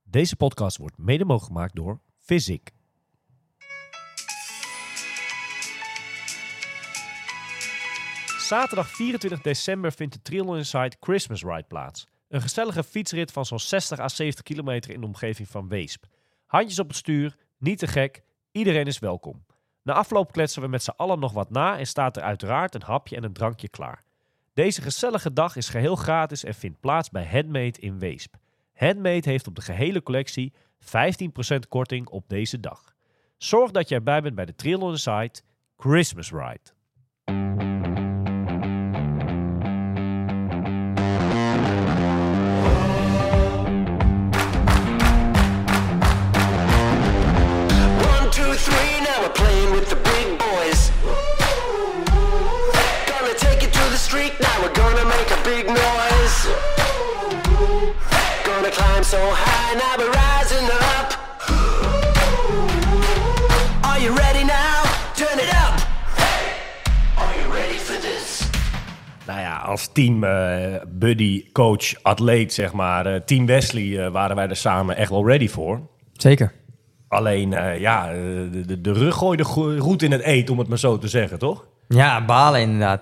Deze podcast wordt mede mogelijk gemaakt door Physic. Zaterdag 24 december vindt de Triathlon Inside Christmas Ride plaats. Een gezellige fietsrit van zo'n 60 à 70 kilometer in de omgeving van Weesp. Handjes op het stuur, niet te gek, iedereen is welkom. Na afloop kletsen we met z'n allen nog wat na en staat er uiteraard een hapje en een drankje klaar. Deze gezellige dag is geheel gratis en vindt plaats bij Handmade in Weesp. Handmade heeft op de gehele collectie 15% korting op deze dag. Zorg dat je erbij bent bij de Triathlon Inside Christmas Ride. So high, now we're rising up. Are you ready now? Turn it up. Hey, are you ready for this? Nou ja, als team buddy, coach, atleet, zeg maar, team Wesley waren wij er samen echt wel ready voor. Zeker. Alleen, de rug gooide goed in het eten, om het maar zo te zeggen, toch? Ja, balen inderdaad.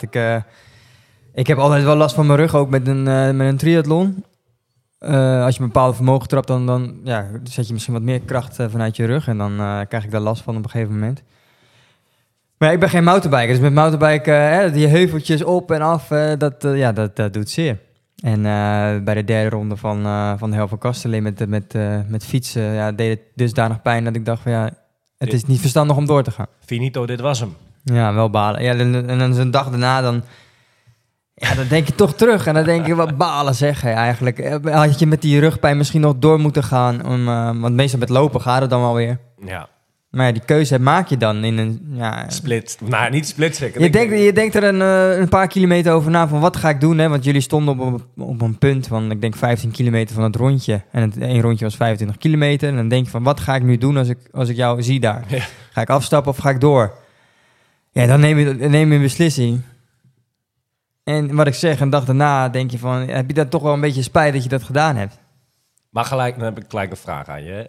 Ik heb altijd wel last van mijn rug, ook met een triathlon. Als je een bepaald vermogen trapt, dan zet je misschien wat meer kracht vanuit je rug. En dan krijg ik daar last van op een gegeven moment. Maar ja, ik ben geen mountainbiker. Dus met mountainbiken, die heuveltjes op en af, dat doet zeer. En bij de derde ronde van de Hel van Castellet met fietsen, deed het dusdanig pijn dat ik dacht van het is niet verstandig om door te gaan. Finito, dit was hem. Ja, wel balen. Ja, en dan zo'n dag daarna dan denk je toch terug. En dan denk je, wat balen zeg. Eigenlijk had je met die rugpijn misschien nog door moeten gaan. Want meestal met lopen gaat het dan wel weer. Ja. Maar die keuze maak je dan in een... Split. Nou, niet split zeker. Je denkt er een paar kilometer over na van wat ga ik doen. Hè? Want jullie stonden op een punt van, ik denk 15 kilometer van het rondje. En het één rondje was 25 kilometer. En dan denk je van, wat ga ik nu doen als ik jou zie daar? Ja. Ga ik afstappen of ga ik door? Ja, dan neem je een beslissing. En wat ik zeg, een dag daarna denk je van, heb je dat toch wel een beetje spijt dat je dat gedaan hebt? Maar dan heb ik gelijk een vraag aan je.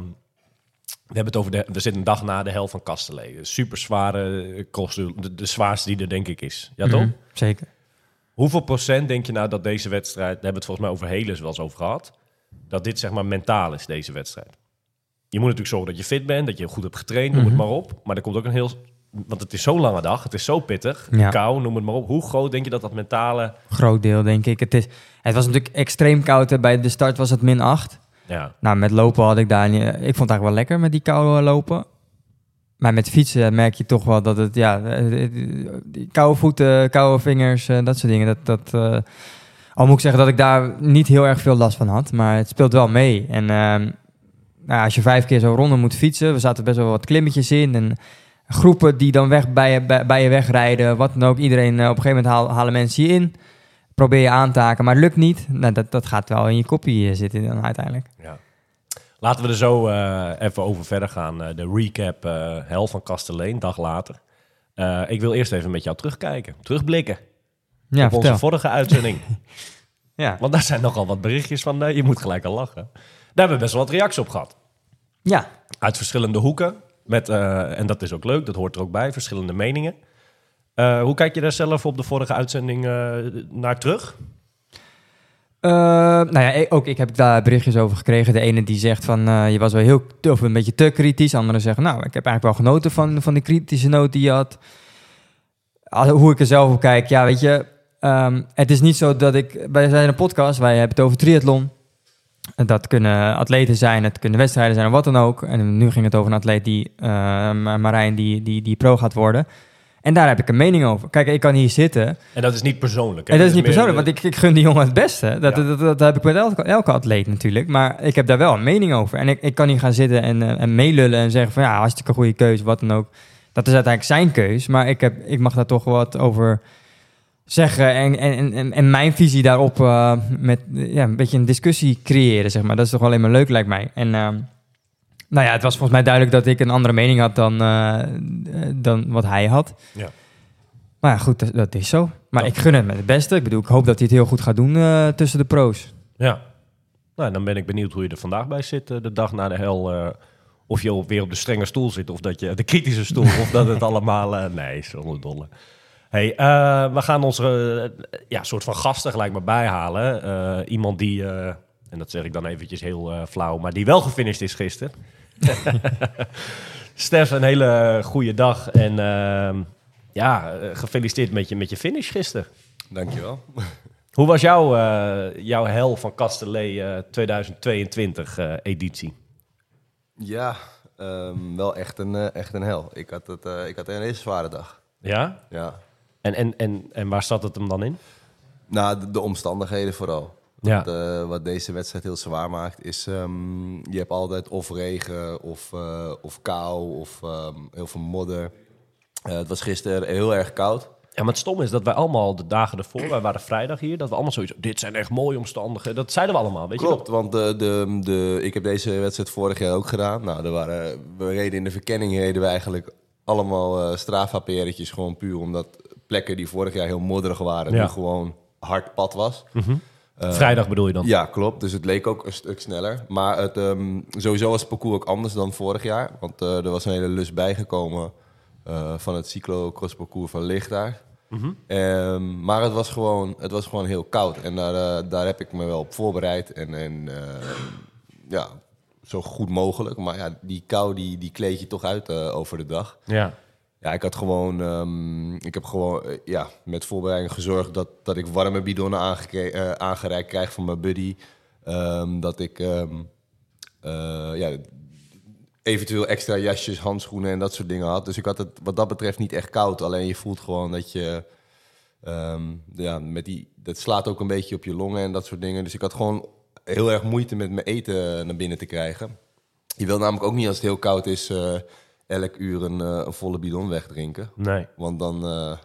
We hebben het over we zitten een dag na de Hel van Castellet. Super zware kost, de zwaarste die er denk ik is. Ja, toch? Zeker. Hoeveel procent denk je nou dat deze wedstrijd, daar hebben we het volgens mij over Heles wel eens over gehad, dat dit zeg maar mentaal is, deze wedstrijd? Je moet natuurlijk zorgen dat je fit bent, dat je goed hebt getraind, noem het maar op. Maar er komt ook een heel... Want het is zo'n lange dag, het is zo pittig. Ja. Kou, noem het maar op. Hoe groot denk je dat mentale... Groot deel, denk ik. Het was natuurlijk extreem koud. Hè. Bij de start was het -8. Ja. Nou, met lopen had ik daar niet... Ik vond het eigenlijk wel lekker met die koude lopen. Maar met fietsen merk je toch wel dat het... die koude voeten, koude vingers, dat soort dingen. Al moet ik zeggen dat ik daar niet heel erg veel last van had. Maar het speelt wel mee. En als je 5 keer zo'n ronde moet fietsen... We zaten best wel wat klimmetjes in en... Groepen die dan bij je wegrijden, wat dan ook. Iedereen, op een gegeven moment halen mensen je in. Probeer je aan te haken, maar het lukt niet. Nou, dat gaat wel in je kopie zitten dan uiteindelijk. Ja. Laten we er zo even over verder gaan. De recap Hel van Castellet, een dag later. Ik wil eerst even met jou terugblikken. Ja, op onze vorige uitzending. Ja. Want daar zijn nogal wat berichtjes van. Je moet gelijk al lachen. Daar hebben we best wel wat reacties op gehad. Ja. Uit verschillende hoeken. En dat is ook leuk, dat hoort er ook bij, verschillende meningen. Hoe kijk je daar zelf op de vorige uitzending naar terug? Ik heb daar berichtjes over gekregen. De ene die zegt van, je was wel een beetje te kritisch. Anderen zeggen, ik heb eigenlijk wel genoten van de kritische noot die je had. Hoe ik er zelf op kijk, weet je... het is niet zo dat wij zijn een podcast, wij hebben het over triathlon. Dat kunnen atleten zijn, het kunnen wedstrijden zijn of wat dan ook. En nu ging het over een atleet Marijn, die pro gaat worden. En daar heb ik een mening over. Kijk, ik kan hier zitten. En dat is niet persoonlijk. Hè? En dat is niet persoonlijk, want ik gun die jongen het beste. Dat heb ik met elke atleet natuurlijk. Maar ik heb daar wel een mening over. En ik kan hier gaan zitten en meelullen en zeggen van hartstikke goede keuze, wat dan ook. Dat is uiteindelijk zijn keus. Maar ik mag daar toch wat over zeggen en mijn visie daarop met een beetje een discussie creëren, zeg maar. Dat is toch alleen maar leuk, lijkt mij. En het was volgens mij duidelijk dat ik een andere mening had dan wat hij had. Ja. Maar ja, goed, dat is zo. Maar ik gun het met het beste. Ik bedoel, ik hoop dat hij het heel goed gaat doen tussen de pro's. Ja. Nou, dan ben ik benieuwd hoe je er vandaag bij zit, de dag na de hel. Of je weer op de strenge stoel zit, of dat je de kritische stoel, of dat het allemaal... nee, zonder dolle. Hey, we gaan onze soort van gasten gelijk maar bijhalen. Iemand die, en dat zeg ik dan eventjes heel flauw, maar die wel gefinished is gisteren. Stef, een hele goede dag en gefeliciteerd met je finish gisteren. Dankjewel. Hoe was jouw hel van Castellet 2022 editie? Ja, wel echt een hel. Ik had een hele zware dag. Ja? Ja. En waar zat het hem dan in? Nou, de omstandigheden vooral. Ja. Wat deze wedstrijd heel zwaar maakt, is je hebt altijd of regen of kou of heel veel modder. Het was gisteren heel erg koud. Ja, maar het stom is dat wij allemaal de dagen ervoor, wij waren vrijdag hier, dat we allemaal zoiets, dit zijn echt mooie omstandigheden. Dat zeiden we allemaal, weet Klopt, je want ik heb deze wedstrijd vorig jaar ook gedaan. Nou, we reden in de verkenning reden we eigenlijk allemaal Strava-PR'tjes gewoon puur omdat plekken die vorig jaar heel modderig waren, nu gewoon hard pad was. Mm-hmm. Vrijdag bedoel je dan? Ja, klopt. Dus het leek ook een stuk sneller. Maar sowieso was het parcours ook anders dan vorig jaar. Want er was een hele lus bijgekomen van het cyclocross-parcours van Lichtaar. Mm-hmm. Maar het was gewoon heel koud. En daar heb ik me wel op voorbereid. En zo goed mogelijk. Maar ja, die kou die kleed je toch uit over de dag. Ja. Ja, ik heb gewoon met voorbereiding gezorgd dat ik warme bidonnen aangereikt krijg van mijn buddy. Dat ik eventueel extra jasjes, handschoenen en dat soort dingen had. Dus ik had het wat dat betreft niet echt koud. Alleen je voelt gewoon dat je... dat slaat ook een beetje op je longen en dat soort dingen. Dus ik had gewoon heel erg moeite met mijn eten naar binnen te krijgen. Je wil namelijk ook niet als het heel koud is... elk uur een volle bidon wegdrinken. Nee. Want dan...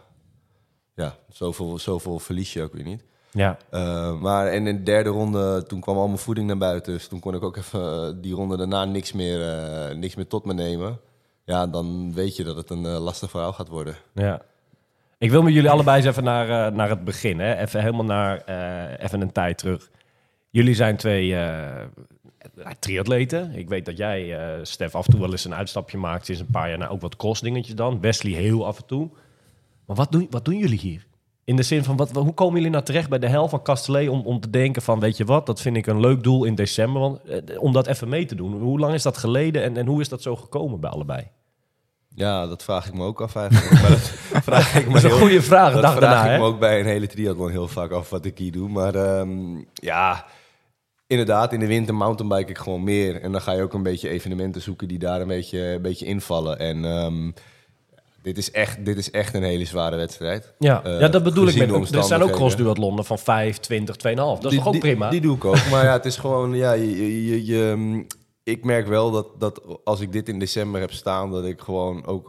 zoveel verlies je ook weer niet. Ja. Maar in de derde ronde, toen kwam al mijn voeding naar buiten. Dus toen kon ik ook even die ronde daarna niks meer tot me nemen. Ja, dan weet je dat het een lastig verhaal gaat worden. Ja. Ik wil met jullie allebei eens even naar het begin. Hè? Even helemaal naar even een tijd terug. Jullie zijn twee triatleten. Ik weet dat jij, Stef, af en toe wel eens een uitstapje maakt. Sinds een paar jaar ook wat crossdingetjes dan. Wesley heel af en toe. Maar wat doen jullie hier? In de zin van, hoe komen jullie nou terecht bij de hel van Castellet om te denken van, weet je wat, dat vind ik een leuk doel in december, om dat even mee te doen. Hoe lang is dat geleden en hoe is dat zo gekomen bij allebei? Ja, dat vraag ik me ook af eigenlijk. Maar dat is een goede vraag. Dat vraag ik me ook bij een hele triathlon heel vaak af wat ik hier doe. Maar inderdaad, in de winter mountainbike ik gewoon meer. En dan ga je ook een beetje evenementen zoeken die daar een beetje invallen. En dit is echt een hele zware wedstrijd. Ja, dat bedoel ik met... Er zijn ook crossduathlonnen van 5, 20, 2,5. Dat is toch ook prima? Die doe ik ook. Maar ja, het is gewoon... Ja, ik merk wel dat als ik dit in december heb staan... dat ik gewoon ook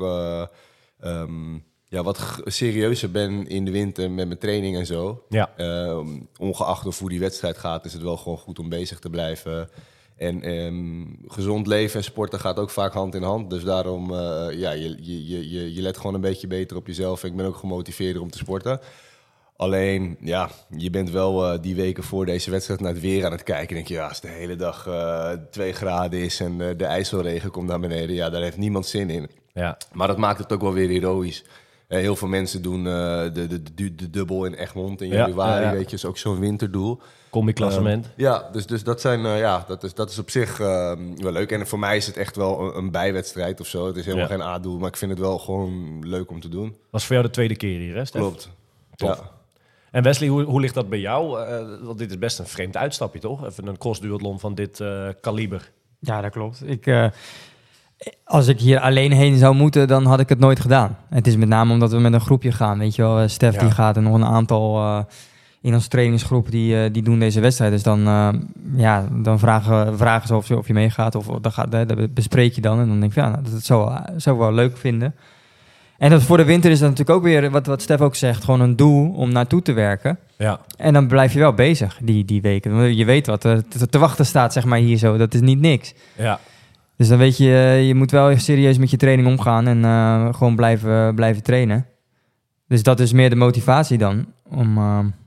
wat serieuzer ben in de winter met mijn training en zo. Ja. Ongeacht of hoe die wedstrijd gaat... is het wel gewoon goed om bezig te blijven... En gezond leven en sporten gaat ook vaak hand in hand. Dus daarom, je let gewoon een beetje beter op jezelf. Ik ben ook gemotiveerder om te sporten. Alleen, ja, je bent wel die weken voor deze wedstrijd naar het weer aan het kijken. En denk je, als de hele dag 2 graden is en de IJsselregen komt naar beneden. Ja, daar heeft niemand zin in. Ja. Maar dat maakt het ook wel weer heroïs. Heel veel mensen doen de dubbel in Egmond in januari. Weet je, is ook zo'n winterdoel. Combi-klassement. Dus dat zijn, dat is op zich wel leuk. En voor mij is het echt wel een bijwedstrijd of zo. Het is helemaal geen A-doel, maar ik vind het wel gewoon leuk om te doen. Was voor jou de tweede keer hier, hè, Stef? Klopt. Tof. Ja. En Wesley, hoe ligt dat bij jou? Want dit is best een vreemd uitstapje, toch? Even een crossduathlon van dit kaliber. Ja, dat klopt. Als ik hier alleen heen zou moeten, dan had ik het nooit gedaan. Het is met name omdat we met een groepje gaan, weet je wel. Stef die gaat en nog een aantal in onze trainingsgroep die doen deze wedstrijd. Dus dan vragen ze of je meegaat of dat bespreek je dan. En dan denk ik, dat zou ik wel leuk vinden. En dat voor de winter is dat natuurlijk ook weer, wat Stef ook zegt, gewoon een doel om naartoe te werken. Ja. En dan blijf je wel bezig die weken. Je weet wat er te wachten staat, zeg maar, hier zo. Dat is niet niks. Ja. Dus dan weet je moet wel serieus met je training omgaan en gewoon blijven trainen. Dus dat is meer de motivatie dan om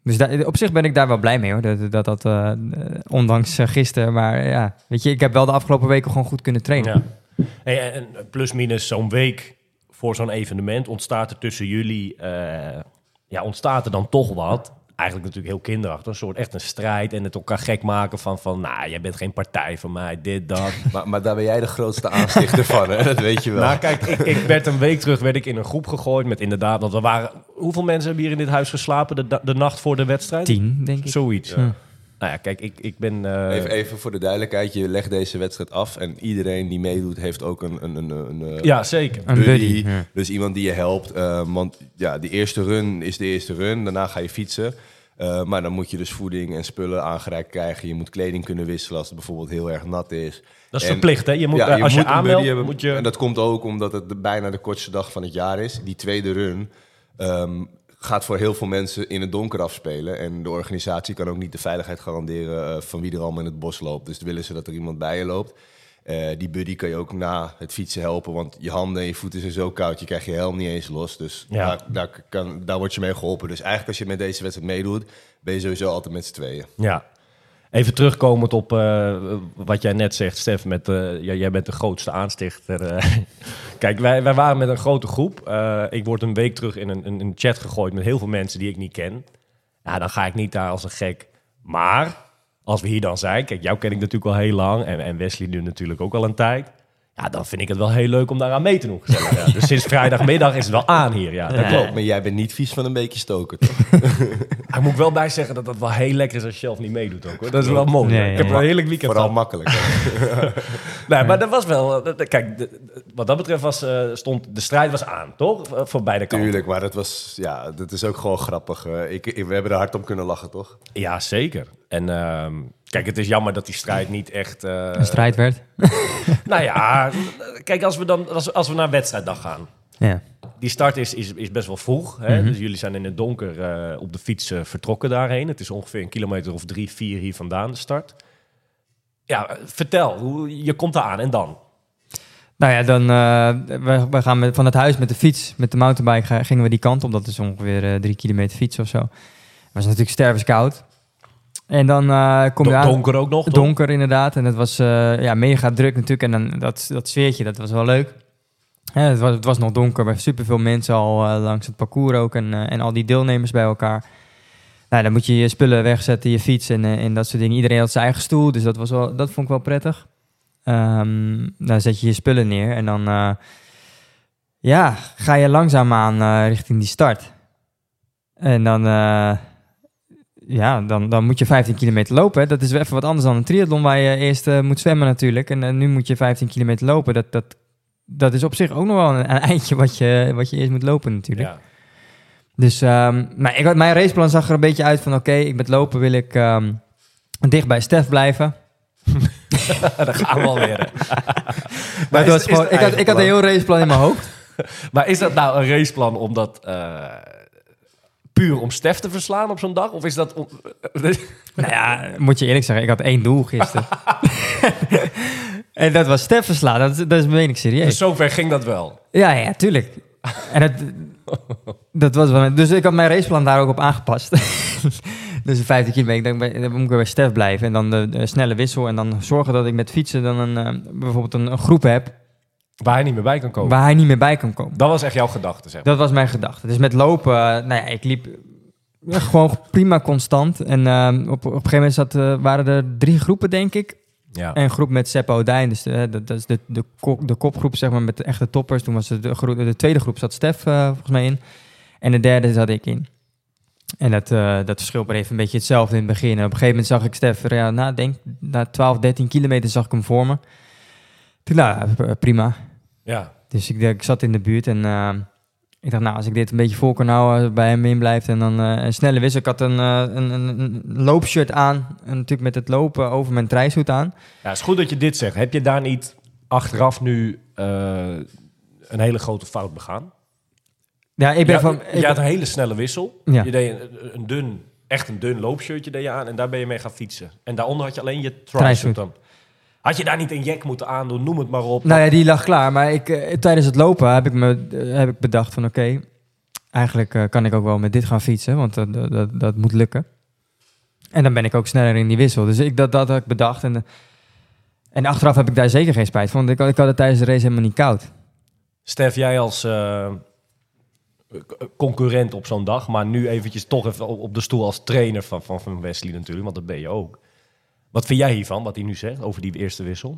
Dus op zich ben ik daar wel blij mee, hoor. Dat ondanks gisteren. Maar ja, weet je, ik heb wel de afgelopen weken gewoon goed kunnen trainen. Ja. Hey, en plus minus zo'n week voor zo'n evenement ontstaat er tussen jullie... ontstaat er dan toch wat... Eigenlijk natuurlijk heel kinderachtig. Een soort echt een strijd en het elkaar gek maken van nou, jij bent geen partij van mij, dit, dat. Maar daar ben jij de grootste aanstichter van, hè? Dat weet je wel. Nou kijk, ik werd een week terug in een groep gegooid met inderdaad... Want we waren, hoeveel mensen hebben hier in dit huis geslapen de nacht voor de wedstrijd? 10, denk ik. Zoiets. Ja. Nou ja, kijk, ik ben... Even voor de duidelijkheid, je legt deze wedstrijd af... en iedereen die meedoet heeft ook een ja, zeker. Een buddy. Ja. Dus iemand die je helpt. Want ja, die eerste run is de eerste run. Daarna ga je fietsen. Maar dan moet je dus voeding en spullen aangereikt krijgen. Je moet kleding kunnen wisselen als het bijvoorbeeld heel erg nat is. Dat is verplicht, hè? Je moet, als je aanmeldt, moet je... En dat komt ook omdat het bijna de kortste dag van het jaar is. Die tweede run... gaat voor heel veel mensen in het donker afspelen. En de organisatie kan ook niet de veiligheid garanderen van wie er allemaal in het bos loopt. Dus willen ze dat er iemand bij je loopt. Die buddy kan je ook na het fietsen helpen, want je handen en je voeten zijn zo koud, je krijgt je helm niet eens los. Dus ja. daar word je mee geholpen. Dus eigenlijk als je met deze wedstrijd meedoet, ben je sowieso altijd met z'n tweeën. Ja. Even terugkomend op wat jij net zegt, Stef, jij bent de grootste aanstichter. Kijk, wij waren met een grote groep. Ik word een week terug in een chat gegooid met heel veel mensen die ik niet ken. Ja, dan ga ik niet daar als een gek. Maar als we hier dan zijn, kijk, jou ken ik natuurlijk al heel lang en Wesley nu natuurlijk ook al een tijd. Ja, dan vind ik het wel heel leuk om daaraan mee te doen. Ja. Dus sinds vrijdagmiddag is het wel aan hier. Ja, dat klopt. Maar jij bent niet vies van een beetje stoken, toch? Ik moet wel bij zeggen dat dat wel heel lekker is als je zelf niet meedoet ook, hoor. Dat is wel mooi. Nee, ik heb een heerlijk weekend vooral gehad. makkelijk. Nee, maar dat was wel... Kijk, wat dat betreft stond de strijd was aan, toch? Voor beide kanten. Tuurlijk, maar dat is ook gewoon grappig. We hebben er hard om kunnen lachen, toch? Ja, zeker. En kijk, het is jammer dat die strijd niet echt... een strijd werd. Nou ja, kijk, als we naar wedstrijddag gaan... Ja. Die start is best wel vroeg. Hè? Dus jullie zijn in het donker op de fiets vertrokken daarheen. Het is ongeveer 1 kilometer of 3-4 hier vandaan, de start. Ja, vertel, je komt daar aan en dan? Nou ja, dan we gaan van het huis met de fiets, met de mountainbike gingen we die kant op. Dat is ongeveer 3 kilometer fiets of zo. Het was natuurlijk stervenskoud. En dan kom je aan. Donker ook nog? Donker inderdaad. En het was mega druk natuurlijk. En dan dat sfeertje, dat was wel leuk. Ja, het was nog donker, maar superveel mensen al langs het parcours ook. En al die deelnemers bij elkaar. Nou, dan moet je je spullen wegzetten, je fiets en dat soort dingen. Iedereen had zijn eigen stoel, dus dat vond ik wel prettig. Dan zet je je spullen neer en dan ga je langzaamaan richting die start. En dan moet je 15 kilometer lopen. Hè. Dat is even wat anders dan een triathlon waar je eerst moet zwemmen natuurlijk. En nu moet je 15 kilometer lopen. Dat is op zich ook nog wel een eindje wat je eerst moet lopen natuurlijk. Ja. Dus mijn raceplan zag er een beetje uit van oké, ik met lopen wil ik dicht bij Stef blijven. Daar gaan we alweer. Maar ik had een heel raceplan in mijn hoofd. Maar is dat nou een raceplan omdat... puur om Stef te verslaan op zo'n dag? Of is dat... Nou ja, moet je eerlijk zeggen, ik had 1 doel gisteren. En dat was Stef verslaan, dat meen ik serieus. Dus zover ging dat wel? Ja, tuurlijk. En dat was wel... Dus ik had mijn raceplan daar ook op aangepast. Dus 15 kilometer, dan moet ik bij Stef blijven. En dan de snelle wissel. En dan zorgen dat ik met fietsen dan bijvoorbeeld een groep heb. Waar hij niet meer bij kan komen. Dat was echt jouw gedachte, zeg maar. Dat was mijn gedachte. Dus met lopen, ik liep gewoon prima constant. En op een gegeven moment waren er 3 groepen, denk ik. Ja. En een groep met Seppo Dijn. Dus dat is de kopgroep, zeg maar, met de echte toppers. Toen was de tweede groep zat Stef volgens mij in. En de derde zat ik in. En dat verschilt maar even een beetje hetzelfde in het begin. En op een gegeven moment zag ik Stef, na 12, 13 kilometer zag ik hem voor me. Toen, prima. Ja. Dus ik zat in de buurt en ik dacht, als ik dit een beetje vol kan houden, bij hem in blijft en dan een snelle wissel. Ik had een loopshirt aan en natuurlijk met het lopen over mijn traishoed aan. Ja, het is goed dat je dit zegt. Heb je daar niet achteraf nu een hele grote fout begaan? Ja, je had een hele snelle wissel. Ja. Je deed een dun loopshirtje deed je aan en daar ben je mee gaan fietsen. En daaronder had je alleen je traishoed dan. Had je daar niet een jack moeten aandoen, noem het maar op. Nou ja, die lag klaar. Maar tijdens het lopen heb ik bedacht van oké, eigenlijk kan ik ook wel met dit gaan fietsen, want dat moet lukken. En dan ben ik ook sneller in die wissel. Dus dat had ik bedacht. En achteraf heb ik daar zeker geen spijt van, want ik had het tijdens de race helemaal niet koud. Stef, jij als concurrent op zo'n dag, maar nu eventjes toch even op de stoel als trainer van Wesley natuurlijk, want dat ben je ook. Wat vind jij hiervan, wat hij nu zegt over die eerste wissel?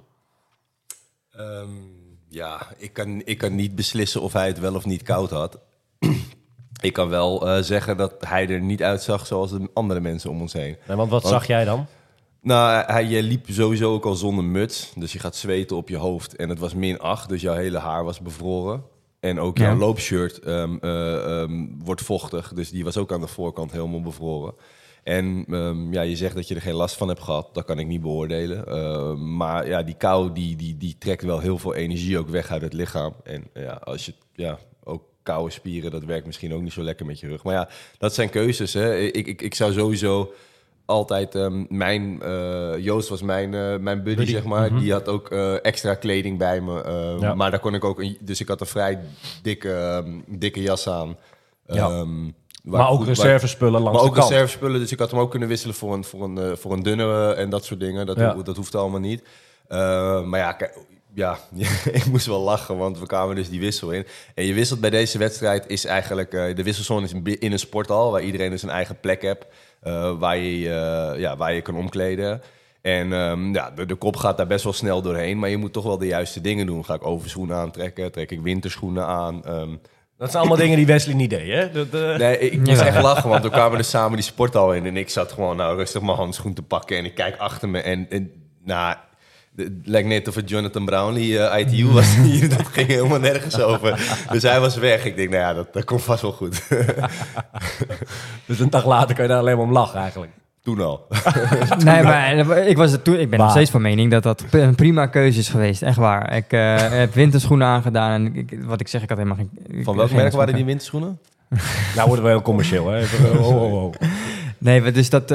Ik kan niet beslissen of hij het wel of niet koud had. Ik kan wel zeggen dat hij er niet uitzag zoals de andere mensen om ons heen. Nee, want wat zag jij dan? Nou, hij liep sowieso ook al zonder muts. Dus je gaat zweten op je hoofd. En het was -8, dus jouw hele haar was bevroren. En ook jouw loopshirt wordt vochtig. Dus die was ook aan de voorkant helemaal bevroren. En je zegt dat je er geen last van hebt gehad. Dat kan ik niet beoordelen. Maar ja, die kou die trekt wel heel veel energie ook weg uit het lichaam. En als je ook koude spieren, dat werkt misschien ook niet zo lekker met je rug. Maar ja, dat zijn keuzes. Hè. Ik zou sowieso altijd... Joost was mijn buddy, zeg maar. Mm-hmm. Die had ook extra kleding bij me. Maar daar kon ik ook... Dus ik had een vrij dikke jas aan. Maar ook reservespullen langs de kant. Maar ook reservespullen, dus ik had hem ook kunnen wisselen voor een dunne en dat soort dingen. Dat hoeft allemaal niet. Maar ik moest wel lachen, want we kwamen dus die wissel in. En je wisselt bij deze wedstrijd is eigenlijk... de wisselzone is in een sporthal, waar iedereen dus een eigen plek heeft. Waar je kan omkleden. En de kop gaat daar best wel snel doorheen. Maar je moet toch wel de juiste dingen doen. Ga ik overschoenen aantrekken? Trek ik winterschoenen aan? Dat zijn allemaal dingen die Wesley niet deed, hè? Nee, ik moest echt lachen, want we kwamen dus samen die sporthal in. En ik zat gewoon rustig mijn handschoen te pakken. En ik kijk achter me en het lijkt net of het Jonathan Brownlee ITU was hier. Dat ging helemaal nergens over. Dus hij was weg. Ik denk, dat komt vast wel goed. Dus een dag later kan je daar alleen maar om lachen eigenlijk. Toen al. Maar ik ben nog steeds van mening dat een prima keuze is geweest. Echt waar. Ik heb winterschoenen aangedaan. En wat ik zeg, ik had helemaal geen... Van welk merk waren die winterschoenen? Nou worden we heel commercieel, hè? Nee, dus dat...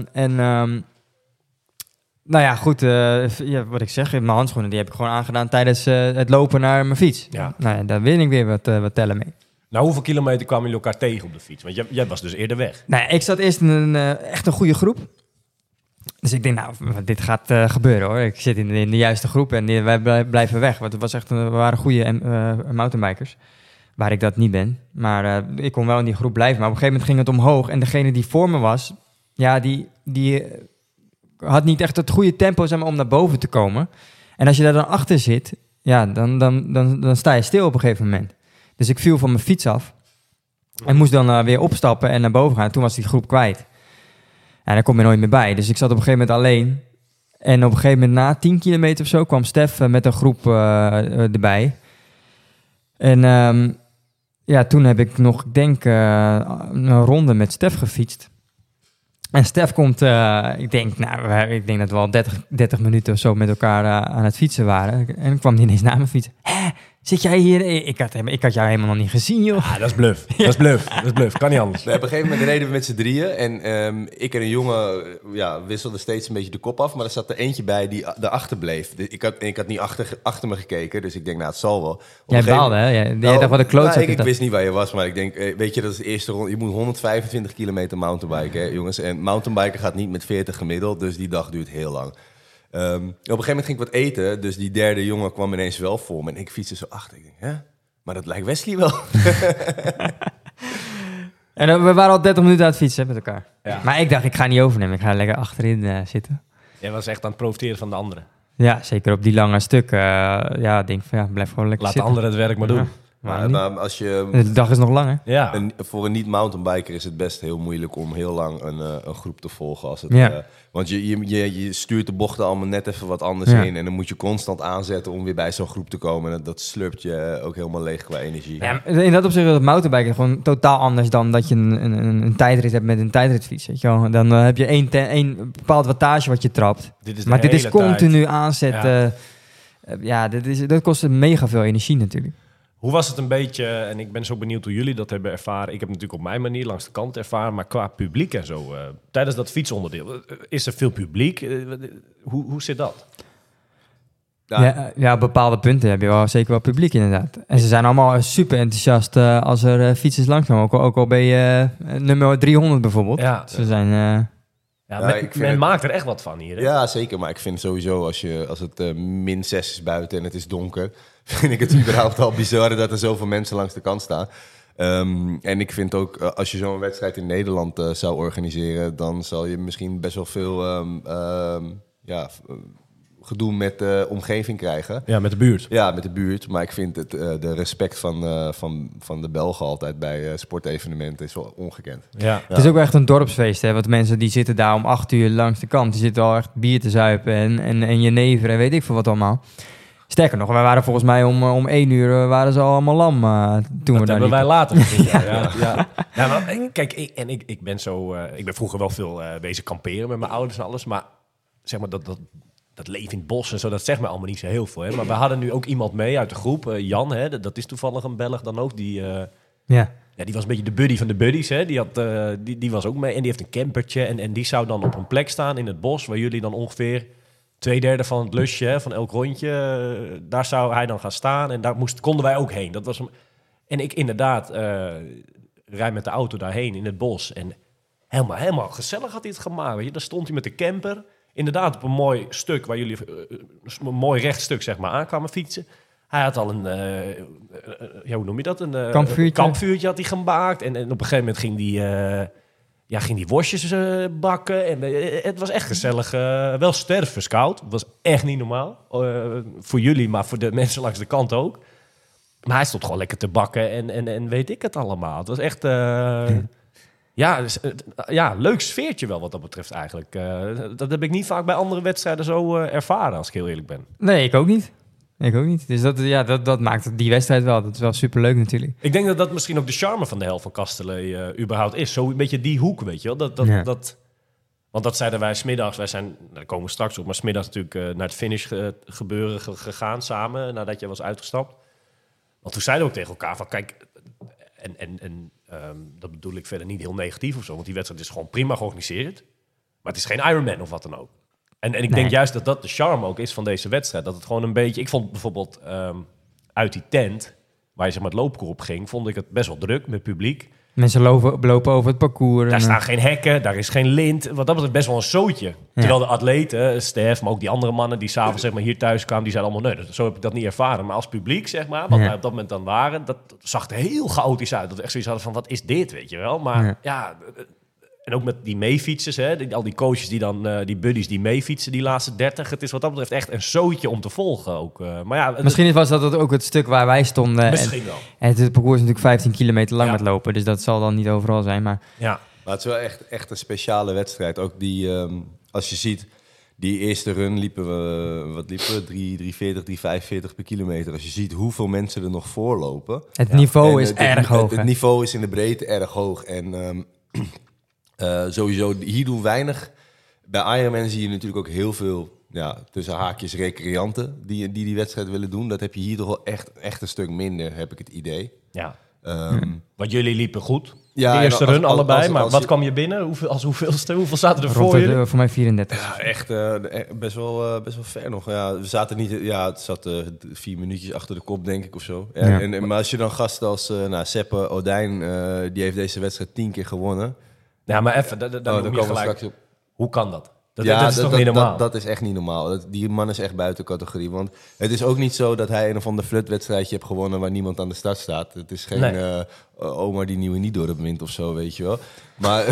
wat ik zeg, mijn handschoenen die heb ik gewoon aangedaan tijdens het lopen naar mijn fiets. Ja. Nou, daar win ik weer wat tellen mee. Nou, hoeveel kilometer kwamen jullie elkaar tegen op de fiets? Want jij was dus eerder weg. Nou, ik zat eerst in echt een goede groep. Dus ik denk, dit gaat gebeuren hoor. Ik zit in de juiste groep en wij blijven weg. Want het was echt, we waren goede mountainbikers. Waar ik dat niet ben. Maar ik kon wel in die groep blijven. Maar op een gegeven moment ging het omhoog. En degene die voor me was, die had niet echt het goede tempo om naar boven te komen. En als je daar dan achter zit, dan sta je stil op een gegeven moment. Dus ik viel van mijn fiets af. En moest dan weer opstappen en naar boven gaan. Toen was die groep kwijt. En daar kom je nooit meer bij. Dus ik zat op een gegeven moment alleen. En op een gegeven moment na 10 kilometer of zo kwam Stef met een groep erbij. En toen heb ik nog, ik denk, een ronde met Stef gefietst. En Stef komt, ik denk dat we al 30 minuten of zo met elkaar aan het fietsen waren. En ik kwam niet eens naar mijn fiets. Hé, zit jij hier? Ik had jou helemaal nog niet gezien, joh. Ah, dat is bluff. Dat is bluff. Kan niet anders. Nee, op een gegeven moment reden we met z'n drieën. En ik en een jongen wisselden steeds een beetje de kop af. Maar er zat er eentje bij die erachter bleef. Ik had niet achter me gekeken. Dus ik denk, het zal wel. Jij baalde, hè? Jij dacht, wat een klootzak. Ik wist niet waar je was. Maar ik denk, weet je, dat is de eerste ronde. Je moet 125 kilometer mountainbiken, hè, jongens. En mountainbiken gaat niet met 40 gemiddeld. Dus die dag duurt heel lang. Op een gegeven moment ging ik wat eten. Dus die derde jongen kwam ineens wel voor me. En ik fietste zo achter. Ik denk, hè? Maar dat lijkt Wesley wel. En we waren al 30 minuten aan het fietsen met elkaar. Ja. Maar ik dacht, ik ga niet overnemen. Ik ga lekker achterin zitten. Jij was echt aan het profiteren van de anderen. Ja, zeker op die lange stukken. Denk van, blijf gewoon lekker Laat zitten. de anderen het werk maar doen. Ja. Maar als je... De dag is nog lang, hè? Ja. Voor een niet-mountainbiker is het best heel moeilijk om heel lang een groep te volgen. Als het, want je stuurt de bochten allemaal net even wat anders in. En dan moet je constant aanzetten om weer bij zo'n groep te komen. En dat slurpt je ook helemaal leeg qua energie. Ja, in dat opzicht is het mountainbiken gewoon totaal anders dan dat je een tijdrit hebt met een tijdritfiets. Weet je wel? Dan heb je één bepaald wattage wat je trapt. Dit is continu aanzetten. Dat kost mega veel energie natuurlijk. Hoe was het een beetje, en ik ben zo benieuwd hoe jullie dat hebben ervaren. Ik heb natuurlijk op mijn manier langs de kant ervaren, maar qua publiek en zo. Tijdens dat fietsonderdeel, is er veel publiek? Hoe zit dat? Ja, op bepaalde punten heb je wel zeker wel publiek inderdaad. En ze zijn allemaal super enthousiast als er fietsers langskomen. Ook al ben je nummer 300 bijvoorbeeld. Ja. Ze zijn... men maakt er echt wat van hier. Hè? Ja, zeker. Maar ik vind sowieso, als het -6 is buiten en het is donker... vind ik het überhaupt al bizar dat er zoveel mensen langs de kant staan. En ik vind ook, als je zo'n wedstrijd in Nederland zou organiseren... dan zal je misschien best wel veel gedoe met de omgeving krijgen. Ja, met de buurt. Ja, met de buurt. Maar ik vind de respect van de Belgen altijd bij sportevenementen is wel ongekend. Ja. Het is ook wel echt een dorpsfeest, hè? Want mensen die zitten daar om 8 uur langs de kant. Die zitten al echt bier te zuipen en jenever en weet ik veel wat allemaal. Sterker nog, wij waren volgens mij om 1 uur waren ze al allemaal lam toen we daar hebben wij later gezien. Ja. Ja, maar kijk, ik ben zo... ik ben vroeger wel veel bezig kamperen met mijn ouders en alles. Maar zeg maar dat leven in het bos en zo, dat zegt me allemaal niet zo heel veel. Hè? Maar we hadden nu ook iemand mee uit de groep. Jan, hè? Dat is toevallig een Belg dan ook. Die was een beetje de buddy van de buddies. Hè? Die was ook mee en die heeft een campertje. En die zou dan op een plek staan in het bos... waar jullie dan ongeveer 2/3 van het lusje, hè, van elk rondje... daar zou hij dan gaan staan en daar konden wij ook heen. Dat was en ik inderdaad rijd met de auto daarheen in het bos. En helemaal gezellig had hij het gemaakt. Weet je? Daar stond hij met de camper... Inderdaad, op een mooi stuk waar jullie een mooi rechtstuk zeg maar aankwamen fietsen. Hij had al een, hoe noem je dat? Een kampvuurtje had hij gemaakt. En op een gegeven moment ging die worstjes bakken. En het was echt gezellig. Wel stervenskoud. Het was echt niet normaal. Voor jullie, maar voor de mensen langs de kant ook. Maar hij stond gewoon lekker te bakken en weet ik het allemaal. Het was echt... leuk sfeertje wel wat dat betreft eigenlijk. Dat heb ik niet vaak bij andere wedstrijden zo ervaren, als ik heel eerlijk ben. Nee, ik ook niet. Dus dat maakt die wedstrijd wel. Dat is wel superleuk natuurlijk. Ik denk dat dat misschien ook de charme van de helft van Kasterlee überhaupt is. Zo een beetje die hoek, weet je wel. Want dat zeiden wij 's middags. Wij zijn, daar komen we straks op, maar 's middags natuurlijk naar het finish gebeuren gegaan samen, nadat je was uitgestapt. Want toen zeiden we ook tegen elkaar van, kijk... dat bedoel ik verder niet heel negatief of zo. Want die wedstrijd is gewoon prima georganiseerd. Maar het is geen Ironman of wat dan ook. En ik denk juist dat de charme ook is van deze wedstrijd. Dat het gewoon een beetje... Ik vond bijvoorbeeld uit die tent... waar je zeg maar het loopkoer op ging... vond ik het best wel druk met publiek. Mensen lopen over het parcours. Daar staan geen hekken, daar is geen lint. Wat dat betreft best wel een zootje. Ja. Terwijl de atleten, Stef, maar ook die andere mannen... die s'avonds zeg maar hier thuis kwamen, die zeiden allemaal... nee, zo heb ik dat niet ervaren. Maar als publiek, zeg maar, wat wij op dat moment dan waren... dat zag er heel chaotisch uit. Dat we echt zoiets hadden van, wat is dit, weet je wel? Maar en ook met die meefietsers, hè, al die coaches die dan... die buddies die meefietsen, die laatste 30. Het is wat dat betreft echt een zootje om te volgen ook. Maar ja, misschien was dat ook het stuk waar wij stonden. Misschien wel. En het parcours is natuurlijk 15 kilometer lang met lopen. Dus dat zal dan niet overal zijn. Maar maar het is wel echt een speciale wedstrijd. Ook die, als je ziet, die eerste run liepen we... 3:40, 3:45 per kilometer. Als je ziet hoeveel mensen er nog voorlopen. Het niveau is erg hoog. Het niveau is in de breedte erg hoog. En... sowieso, hier doen weinig. Bij Ironman zie je natuurlijk ook heel veel, tussen haakjes, recreanten die wedstrijd willen doen. Dat heb je hier toch wel echt een stuk minder, heb ik het idee. Ja. Want jullie liepen goed. Ja, de eerste run allebei, maar wat kwam je binnen? Hoeveel zaten er voor jullie? Voor mij 34. Ja, echt best wel ver nog. Ja, we zaten niet... Ja, het zat 4 minuutjes achter de kop, denk ik, of zo. Ja, maar als je dan gasten als Seppe Odijn, die heeft deze wedstrijd 10 keer gewonnen... Ja, maar even, dan noem je gelijk. Op. Hoe kan dat? Dat is toch niet normaal? Dat is echt niet normaal. Die man is echt buiten categorie. Want het is ook niet zo dat hij een of ander flutwedstrijdje heeft gewonnen... waar niemand aan de start staat. Het is geen Omar die nieuwe Niedorp wint of zo, weet je wel. Maar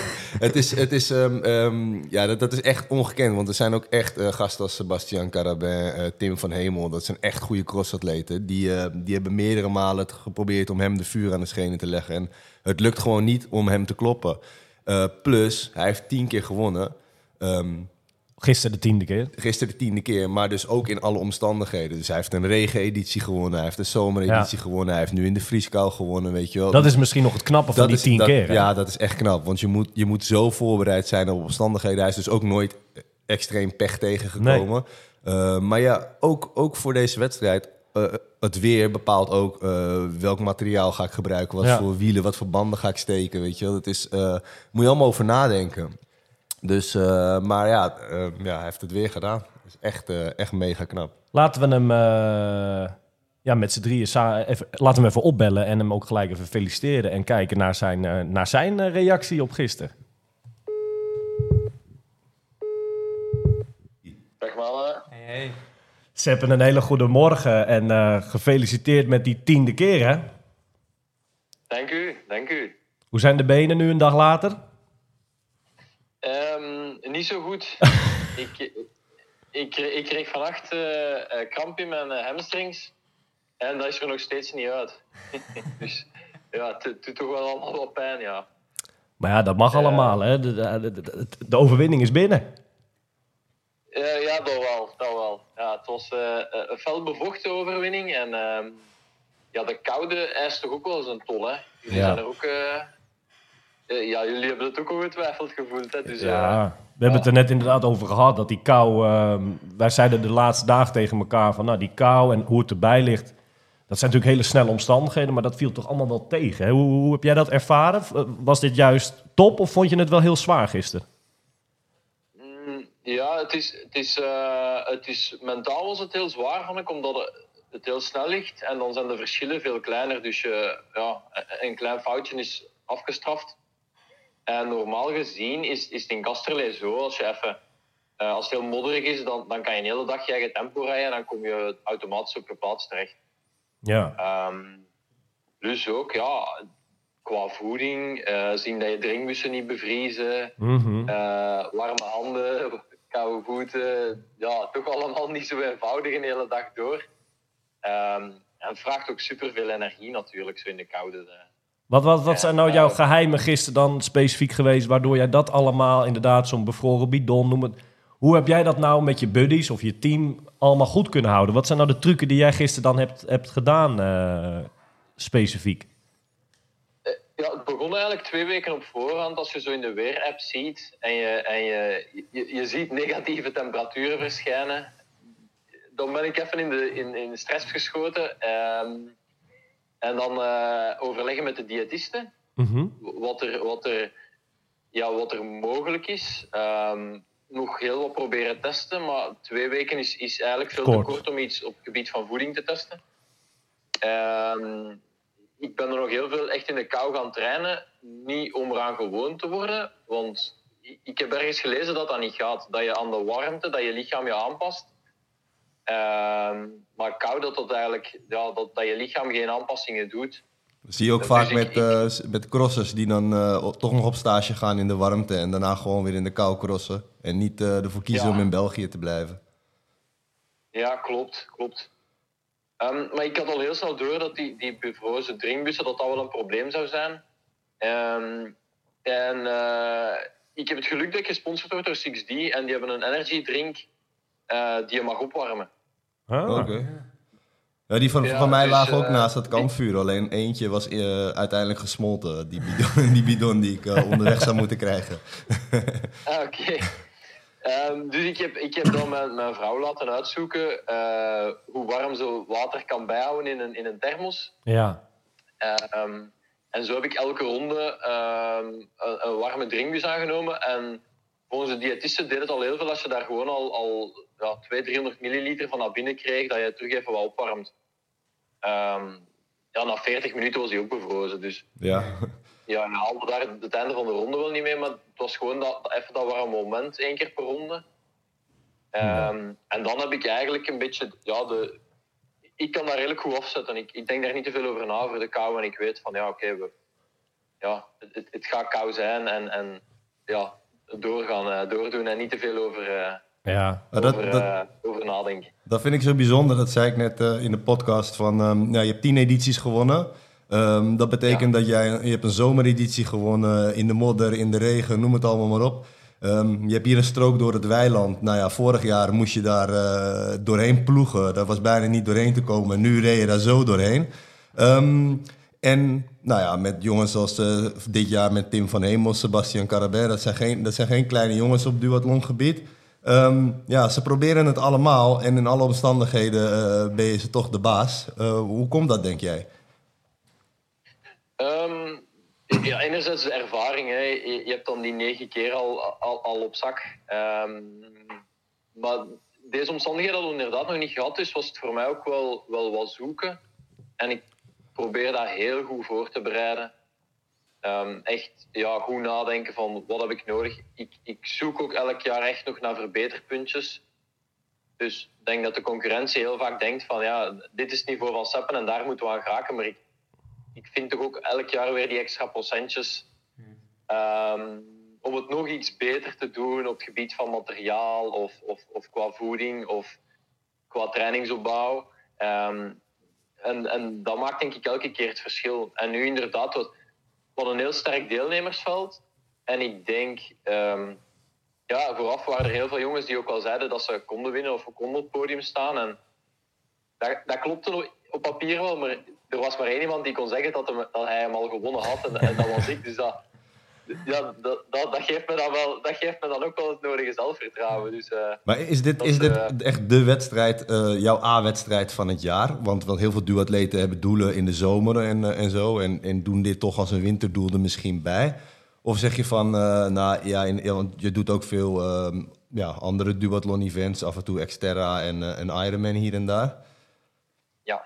dat is echt ongekend. Want er zijn ook echt gasten als Sebastian Carabin, Tim van Hemel... dat zijn echt goede crossatleten. Die hebben meerdere malen geprobeerd om hem de vuur aan de schenen te leggen. En het lukt gewoon niet om hem te kloppen. Plus, hij heeft 10 keer gewonnen... Gisteren de 10e keer. Gisteren de 10e keer, maar dus ook in alle omstandigheden. Dus hij heeft een regeneditie gewonnen, hij heeft een zomereditie gewonnen... hij heeft nu in de vrieskou gewonnen, weet je wel. Dat is misschien nog het knappe van die 10 keer. Hè? Ja, dat is echt knap, want je moet zo voorbereid zijn op omstandigheden. Hij is dus ook nooit extreem pech tegengekomen. Nee. Maar ja, ook voor deze wedstrijd... het weer bepaalt ook welk materiaal ga ik gebruiken... wat voor wielen, wat voor banden ga ik steken, weet je wel. Dat is, moet je allemaal over nadenken... Dus, maar hij heeft het weer gedaan. Dat is echt mega knap. Laten we hem met z'n drieën laten we hem even opbellen en hem ook gelijk even feliciteren en kijken naar zijn reactie op gisteren. Dag mannen. Hey. Sepp, een hele goede morgen en gefeliciteerd met die 10e keer, hè? Dank u. Hoe zijn de benen nu een dag later? Niet zo goed. ik kreeg vannacht kramp in mijn hamstrings. En dat is er nog steeds niet uit. Dus ja, het doet toch wel allemaal wat pijn, ja. Maar ja, dat mag allemaal, hè? De overwinning is binnen. Ja, dat wel. Ja, het was een fel bevochten overwinning. En de koude eist toch ook wel zijn tol, hè? Jullie zijn er ook... jullie hebben het ook ongetwijfeld gevoeld, hè? Dus, ja, we hebben het er net inderdaad over gehad, dat die kou... wij zeiden de laatste dagen tegen elkaar van, nou, die kou en hoe het erbij ligt... Dat zijn natuurlijk hele snelle omstandigheden, maar dat viel toch allemaal wel tegen. Hè? Hoe heb jij dat ervaren? Was dit juist top of vond je het wel heel zwaar gisteren? Ja, het is mentaal was het heel zwaar, vond ik, omdat het heel snel ligt. En dan zijn de verschillen veel kleiner. Dus een klein foutje is afgestraft. En normaal gezien is het in Kasterlee zo, als het heel modderig is, dan kan je een hele dag je eigen tempo rijden en dan kom je automatisch op je plaats terecht. Ja. Dus ook, qua voeding, zien dat je drinkbussen niet bevriezen, warme handen, koude voeten, toch allemaal niet zo eenvoudig een hele dag door. En het vraagt ook superveel energie natuurlijk, zo in de koude. Wat zijn nou jouw geheimen gisteren dan specifiek geweest, waardoor jij dat allemaal inderdaad, zo'n bevroren bidon, noem het. Hoe heb jij dat nou met je buddies of je team allemaal goed kunnen houden? Wat zijn nou de trucken die jij gisteren dan hebt gedaan specifiek? Het begon eigenlijk 2 weken op voorhand. Als je zo in de weerapp ziet en je ziet negatieve temperaturen verschijnen, dan ben ik even in de stress geschoten. En dan overleggen met de diëtisten wat er mogelijk is. Nog heel wat proberen testen, maar 2 weken is eigenlijk veel te kort om iets op het gebied van voeding te testen. Ik ben er nog heel veel echt in de kou gaan trainen, niet om eraan gewoon te worden, want ik heb ergens gelezen dat niet gaat. Dat je aan de warmte, dat je lichaam je aanpast. Maar kou, dat je lichaam geen aanpassingen doet. Dat zie je ook vaak met crossers die dan toch nog op stage gaan in de warmte en daarna gewoon weer in de kou crossen. En niet ervoor kiezen om in België te blijven. Ja, klopt. Maar ik had al heel snel door dat die bevrozen drinkbussen, dat wel een probleem zou zijn. Ik heb het geluk dat ik gesponsord word door 6D en die hebben een energy drink die je mag opwarmen. Oké. Ja, die van mij lagen ook naast het kampvuur. Alleen eentje was uiteindelijk gesmolten. Die bidon die ik onderweg zou moeten krijgen. Oké. Dus ik heb dan mijn vrouw laten uitzoeken hoe warm zo water kan bijhouden in een thermos. Ja. En zo heb ik elke ronde een warme drinkbus aangenomen. En volgens de diëtisten deed het al heel veel als je daar gewoon al 200-300 milliliter van naar binnen kreeg, dat je terug even wat opwarmt. Na 40 minuten was hij ook bevrozen. Dus ja, je haalde daar het einde van de ronde wel niet mee, maar het was gewoon even dat warme moment, 1 keer per ronde. En dan heb ik eigenlijk een beetje... ik kan daar redelijk goed afzetten. Ik denk daar niet te veel over na voor de kou. En ik weet van, het gaat kou zijn. En doordoen en niet te veel over nadenken. Dat vind ik zo bijzonder. Dat zei ik net in de podcast. Je hebt 10 edities gewonnen. Dat betekent dat je hebt een zomereditie gewonnen. In de modder, in de regen, noem het allemaal maar op. Je hebt hier een strook door het weiland. Nou ja, vorig jaar moest je daar doorheen ploegen. Dat was bijna niet doorheen te komen. Nu reed je daar zo doorheen. En met jongens zoals dit jaar met Tim van Hemel, Sebastian Carabin. Dat zijn geen kleine jongens op duathlongebied. Ze proberen het allemaal. En in alle omstandigheden ben je ze toch de baas. Hoe komt dat, denk jij? Enerzijds de ervaring. Hè. Je hebt dan die 9 keer al op zak. Maar deze omstandigheden hadden we inderdaad nog niet gehad, dus was het voor mij ook wel wat zoeken. En ik probeer dat heel goed voor te bereiden. Echt goed nadenken van wat heb ik nodig. Ik zoek ook elk jaar echt nog naar verbeterpuntjes. Dus ik denk dat de concurrentie heel vaak denkt van dit is het niveau van Seppen en daar moeten we aan geraken. Maar ik vind toch ook elk jaar weer die extra procentjes om het nog iets beter te doen op het gebied van materiaal of qua voeding of qua trainingsopbouw. En dat maakt denk ik elke keer het verschil. En nu inderdaad wat een heel sterk deelnemersveld. En ik denk, vooraf waren er heel veel jongens die ook al zeiden dat ze konden winnen of konden op het podium staan. En dat klopte op papier wel, maar er was maar één iemand die kon zeggen dat hij hem al gewonnen had. En dat was ik. Dus dat geeft me dan ook wel het nodige zelfvertrouwen. Dus, maar is dit echt de wedstrijd, jouw A-wedstrijd van het jaar? Want heel veel duatleten hebben doelen in de zomer en zo. En doen dit toch als een winterdoel er misschien bij? Of zeg je van, want je doet ook veel andere duathlon-events. Af en toe Xterra en Ironman hier en daar. Ja.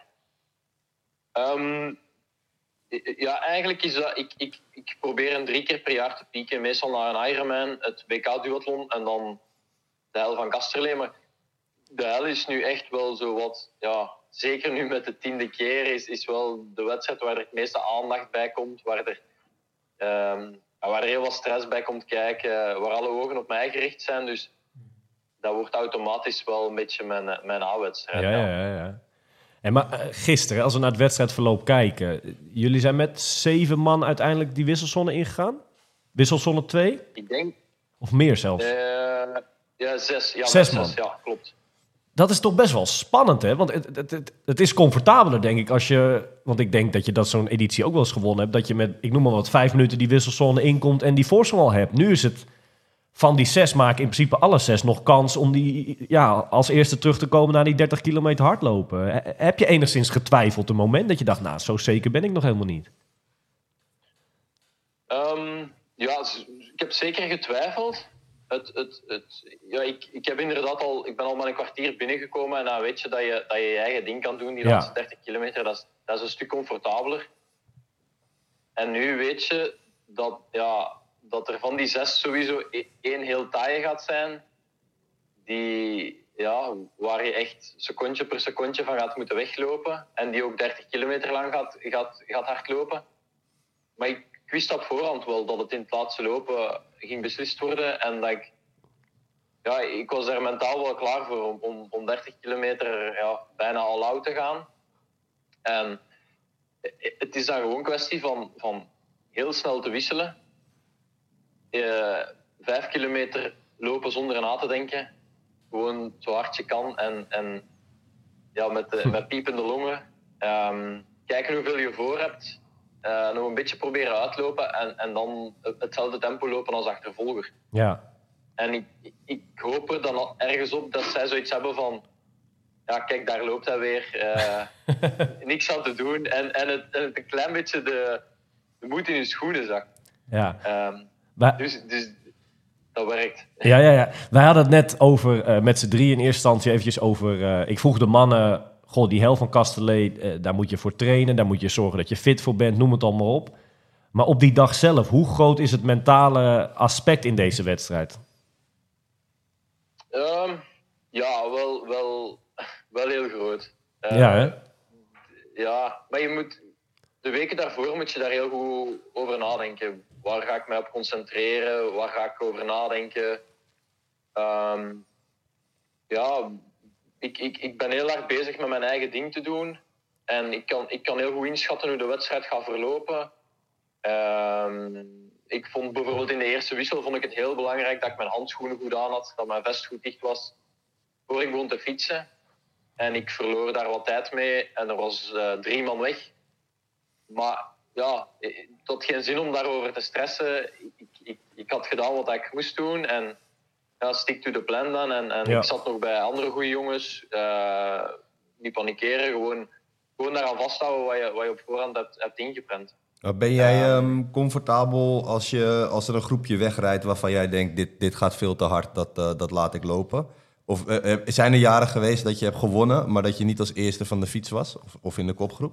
Eigenlijk is dat... Ik probeer 3 keer per jaar te pieken. Meestal naar een Ironman, het WK-duathlon en dan de hel van Kasterlee. Maar de hel is nu echt wel zo wat... zeker nu met de 10e keer is wel de wedstrijd waar er het meeste aandacht bij komt. Waar er heel wat stress bij komt kijken. Waar alle ogen op mij gericht zijn. Dus dat wordt automatisch wel een beetje mijn A-wedstrijd. Ja. En maar gisteren, als we naar het wedstrijdverloop kijken... Jullie zijn met 7 man uiteindelijk die wisselzone ingegaan? Wisselzone 2? Ik denk... Of meer zelfs? 6. Ja, 6 man. 6, ja, klopt. Dat is toch best wel spannend, hè? Want het is comfortabeler, denk ik, als je... Want ik denk dat je dat zo'n editie ook wel eens gewonnen hebt. Dat je met, ik noem maar wat, 5 minuten die wisselzone inkomt en die voorsprong al hebt. Nu is het... Van die 6 maken in principe alle 6 nog kans om als eerste terug te komen naar die 30 kilometer hardlopen. Heb je enigszins getwijfeld een moment dat je dacht, zo zeker ben ik nog helemaal niet? Ik heb zeker getwijfeld. Ik heb inderdaad ik ben al met een kwartier binnengekomen en dan weet je dat je eigen ding kan doen. Die laatste 30 kilometer, dat is een stuk comfortabeler. En nu weet je dat er van die 6 sowieso 1 heel taaie gaat zijn. Waar je echt secondje per secondje van gaat moeten weglopen. En die ook 30 kilometer lang gaat hardlopen. Maar ik wist op voorhand wel dat het in het laatste lopen ging beslist worden. En dat ik was daar mentaal wel klaar voor om 30 kilometer bijna all out te gaan. En het is dan gewoon een kwestie van heel snel te wisselen. 5 kilometer lopen zonder na te denken. Gewoon zo hard je kan. En met piepende longen. Kijken hoeveel je voor hebt. Nog een beetje proberen uitlopen. En dan hetzelfde tempo lopen als achtervolger. Ja. En ik hoop er dan ergens op dat zij zoiets hebben van... kijk, daar loopt hij weer. Niks aan te doen. En het een klein beetje de moed in je schoenen zakt. Ja. Dus dat werkt. Ja. Wij hadden het net over, met z'n 3 in eerste instantie eventjes over... ik vroeg de mannen, die hel van Kasterlee, daar moet je voor trainen. Daar moet je zorgen dat je fit voor bent, noem het allemaal op. Maar op die dag zelf, hoe groot is het mentale aspect in deze wedstrijd? Wel heel groot. Hè? Maar je moet... De weken daarvoor moet je daar heel goed over nadenken. Waar ga ik mij op concentreren? Waar ga ik over nadenken? Ik ben heel erg bezig met mijn eigen ding te doen. En ik kan heel goed inschatten hoe de wedstrijd gaat verlopen. Ik vond bijvoorbeeld in de eerste wissel vond ik het heel belangrijk dat ik mijn handschoenen goed aan had. Dat mijn vest goed dicht was. Voor ik begon te fietsen. En ik verloor daar wat tijd mee. En er was 3 man weg. Maar het had geen zin om daarover te stressen. Ik had gedaan wat ik moest doen. En stick to the plan dan. En ik zat nog bij andere goede jongens. Niet panikeren. Gewoon daaraan vasthouden wat je op voorhand hebt ingeprent. Ben jij comfortabel als er een groepje wegrijdt waarvan jij denkt... dit gaat veel te hard, dat laat ik lopen? Of zijn er jaren geweest dat je hebt gewonnen, maar dat je niet als eerste van de fiets was? Of in de kopgroep?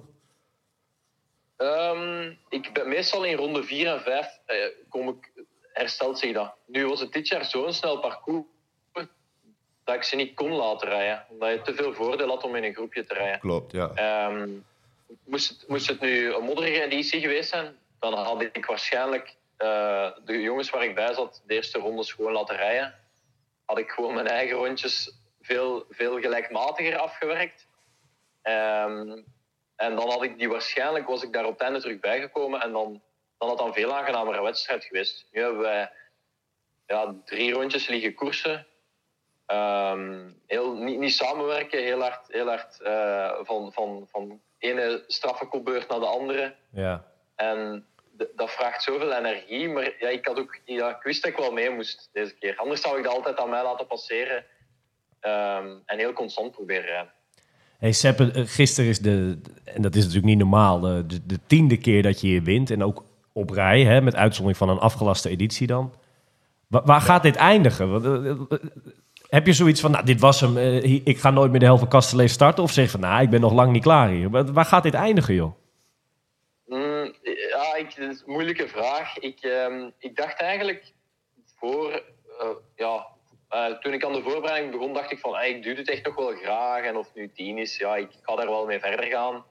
Ik ben meestal in ronde 4 en 5 herstelt zich dat. Nu was het dit jaar zo'n snel parcours dat ik ze niet kon laten rijden. Omdat je te veel voordeel had om in een groepje te rijden. Klopt, ja. Moest het nu een modderige editie geweest zijn, dan had ik waarschijnlijk de jongens waar ik bij zat de eerste rondes gewoon laten rijden. Had ik gewoon mijn eigen rondjes veel gelijkmatiger afgewerkt. En dan had ik die waarschijnlijk, was ik daar op het einde terug bijgekomen en dan had dat een veel aangenamere wedstrijd geweest. Nu hebben wij 3 rondjes liggen koersen. Niet samenwerken, heel hard van ene straffe kopbeurt naar de andere. Ja. En dat vraagt zoveel energie, maar ik wist dat ik wel mee moest deze keer. Anders zou ik dat altijd aan mij laten passeren en heel constant proberen rijden. Hey Sepp, gisteren is en dat is natuurlijk niet normaal, de 10e keer dat je hier wint. En ook op rij, hè, met uitzondering van een afgelaste editie dan. Waar gaat dit eindigen? Heb je zoiets van, nou, dit was hem, ik ga nooit meer de helft van Castellet starten? Of zeg je van, nou, ik ben nog lang niet klaar hier. Waar gaat dit eindigen, joh? Dat is een moeilijke vraag. Ik dacht eigenlijk toen ik aan de voorbereiding begon, dacht ik van, ik doe dit echt nog wel graag. En of het nu 10 is, ik ga daar wel mee verder gaan.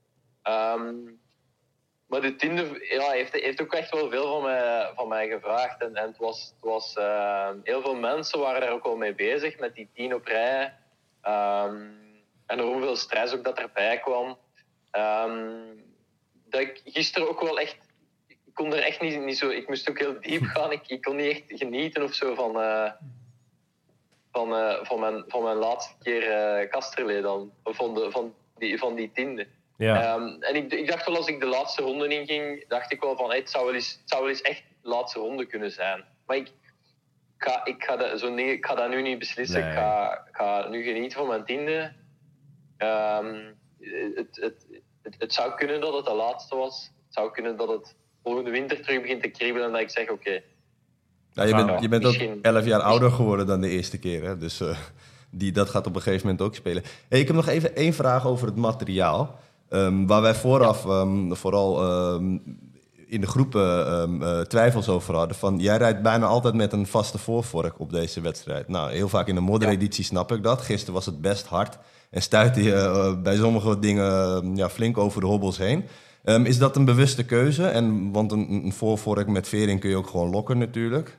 Maar de 10e heeft ook echt wel veel van mij gevraagd. En het was heel veel mensen waren daar ook wel mee bezig met die 10 op rij. En hoeveel stress ook dat erbij kwam. Dat ik gisteren ook wel echt... Ik kon er echt niet zo... Ik moest ook heel diep gaan. Ik kon niet echt genieten of zo van mijn laatste keer Casterlee dan. Van die 10e. Ja. En ik dacht wel, als ik de laatste ronde inging, dacht ik wel van, het zou wel eens echt de laatste ronde kunnen zijn. Maar ik ga dat nu niet beslissen. Nee. Ik ga nu genieten van mijn 10e. Het zou kunnen dat het de laatste was. Het zou kunnen dat het volgende winter terug begint te kriebelen en dat ik zeg, oké. Je bent ook 11 jaar ouder geworden dan de eerste keer, hè? Dus dat gaat op een gegeven moment ook spelen. Hey, ik heb nog even 1 vraag over het materiaal. Waar wij vooraf vooral in de groepen twijfels over hadden. Van, jij rijdt bijna altijd met een vaste voorvork op deze wedstrijd. Nou, heel vaak in de moddereditie snap ik dat. Gisteren was het best hard. En stuitte je bij sommige dingen flink over de hobbels heen. Is dat een bewuste keuze? Want een voorvork met vering kun je ook gewoon lokken natuurlijk.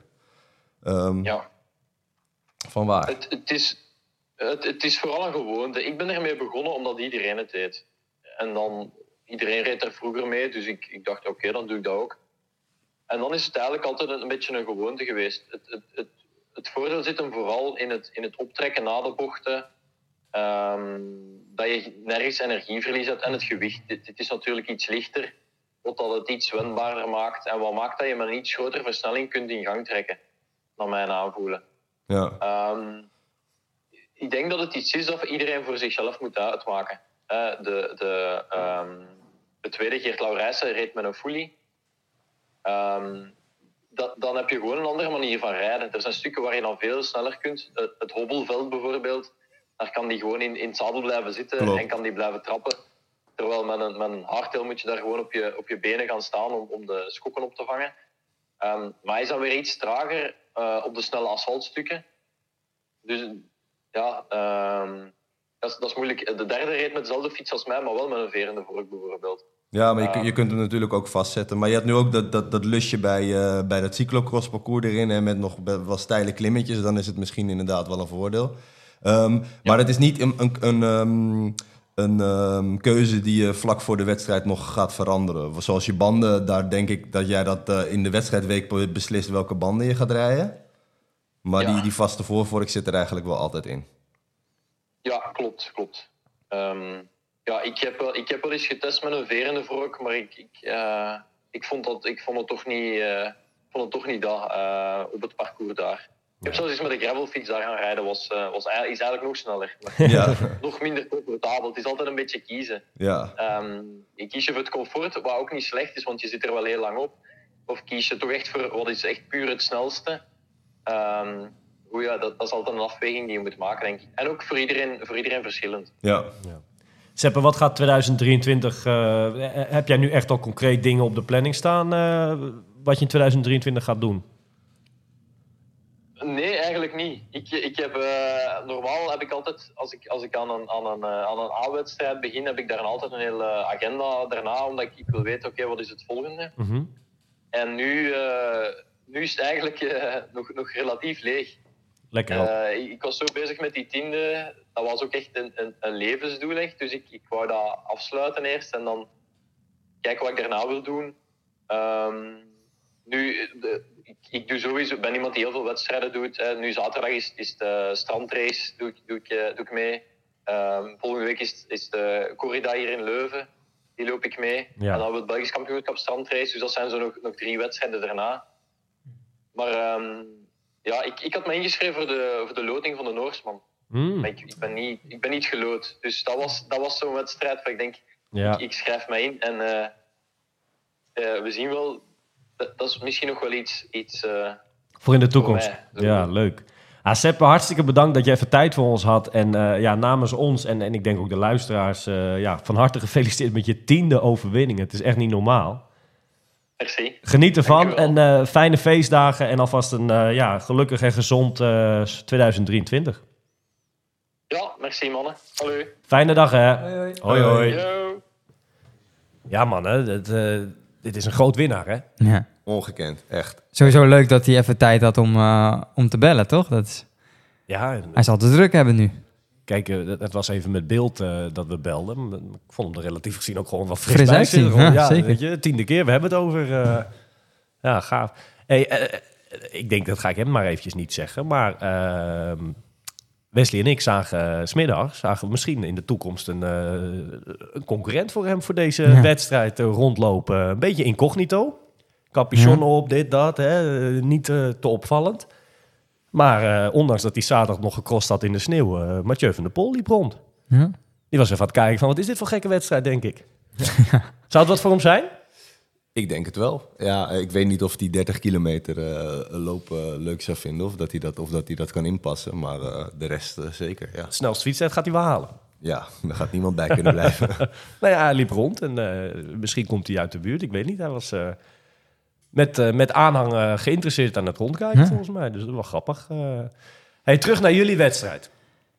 Van waar? Het is vooral een gewoonte. Ik ben ermee begonnen omdat iedereen het deed. En dan, iedereen reed er vroeger mee, dus ik dacht, oké, dan doe ik dat ook. En dan is het eigenlijk altijd een beetje een gewoonte geweest. Het voordeel zit hem vooral in het optrekken na de bochten. Dat je nergens energieverlies hebt en het gewicht. Dit is natuurlijk iets lichter, wat dat het iets wendbaarder maakt. En wat maakt dat je met een iets grotere versnelling kunt in gang trekken, naar mijn aanvoelen. Ja. Ik denk dat het iets is dat iedereen voor zichzelf moet uitmaken. De tweede Geert Laurijsen reed met een fully. Dan heb je gewoon een andere manier van rijden. Er zijn stukken waar je dan veel sneller kunt. Het hobbelveld bijvoorbeeld, daar kan die gewoon in het zadel blijven zitten. Klopt. En kan die blijven trappen. Terwijl met een hardtail moet je daar gewoon op je benen gaan staan om de schokken op te vangen. Maar hij is dan weer iets trager op de snelle asfaltstukken. Dus ja, dat is moeilijk. De derde reed met dezelfde fiets als mij, maar wel met een verende vork bijvoorbeeld. Ja, maar je kunt hem natuurlijk ook vastzetten. Maar je had nu ook dat lusje bij dat cyclocross parcours erin. En met nog wat steile klimmetjes. Dan is het misschien inderdaad wel een voordeel. Maar het is niet een keuze die je vlak voor de wedstrijd nog gaat veranderen. Zoals je banden, daar denk ik dat jij dat in de wedstrijdweek beslist welke banden je gaat rijden. Maar die vaste voorvork zit er eigenlijk wel altijd in. Ja, klopt. Ik heb wel eens getest met een verende vork, maar ik vond het toch niet dat op het parcours daar. Ik heb zelfs eens met een gravelfiets daar gaan rijden, is eigenlijk nog sneller. Maar nog minder comfortabel. Het is altijd een beetje kiezen. Ja. Kies je voor het comfort, wat ook niet slecht is, want je zit er wel heel lang op. Of kies je toch echt voor wat is echt puur het snelste. dat is altijd een afweging die je moet maken, denk ik. En ook voor iedereen verschillend. Ja. Seppe, wat gaat 2023... heb jij nu echt al concreet dingen op de planning staan... wat je in 2023 gaat doen? Nee, eigenlijk niet. Normaal heb ik altijd, als ik aan een A-wedstrijd begin, heb ik daar altijd een hele agenda daarna, omdat ik wil weten, oké, wat is het volgende? Mm-hmm. En nu is het eigenlijk nog relatief leeg. Lekker. Ik was zo bezig met die 10e, dat was ook echt een levensdoel, echt. Dus ik wou dat afsluiten eerst en dan kijken wat ik daarna wil doen. Ik doe sowieso, ben iemand die heel veel wedstrijden doet. Nu zaterdag is de strandrace, doe ik mee. Volgende week is de corrida hier in Leuven, die loop ik mee. Ja. En dan hebben we het Belgisch kampioenschap strandrace, dus dat zijn zo nog 3 wedstrijden daarna. Maar ik had me ingeschreven voor de loting van de Noorsman. Maar ik ben niet geloot. Dus dat was zo'n wedstrijd waar ik denk, ik schrijf me in en we zien wel. Dat is misschien nog wel iets voor in de toekomst. Voor mij. Ja, leuk. Seppe, hartstikke bedankt dat je even tijd voor ons had. En namens ons en ik denk ook de luisteraars... van harte gefeliciteerd met je 10e overwinning. Het is echt niet normaal. Merci. Geniet ervan en fijne feestdagen. En alvast een gelukkig en gezond 2023. Ja, merci mannen. Hallo. Fijne dag, hè. Hoi. Hoi. Yo. Ja, mannen. Dit is een groot winnaar, hè? Ja. Ongekend, echt. Sowieso leuk dat hij even tijd had om te bellen, toch? Ja. Hij zal te druk hebben nu. Kijk, het was even met beeld dat we belden. Ik vond hem er relatief gezien ook gewoon wel Fris fris bij uitzien, zitten. ja, zeker. Weet je, 10e keer, we hebben het over. Ja, gaaf. Hey, ik denk, dat ga ik hem maar eventjes niet zeggen. Maar Wesley en ik zagen 's middags misschien in de toekomst een concurrent voor hem voor deze wedstrijd rondlopen. Een beetje incognito. Capuchon op, dit, dat. Niet te opvallend. Maar ondanks dat hij zaterdag nog gecrossed had in de sneeuw... Mathieu van der Poel liep rond. Ja. Die was even aan het kijken van... wat is dit voor gekke wedstrijd, denk ik. Zou het wat voor hem zijn? Ik denk het wel. Ja, ik weet niet of hij 30 kilometer lopen leuk zou vinden... of dat hij dat kan inpassen. Maar de rest zeker, ja. Snelste fietstijd gaat hij wel halen. Ja, daar gaat niemand bij kunnen blijven. Nou ja, hij liep rond en misschien komt hij uit de buurt. Ik weet niet, hij was... Met aanhang geïnteresseerd aan het rondkijken, volgens mij. Dus dat is wel grappig. Hey, terug naar jullie wedstrijd.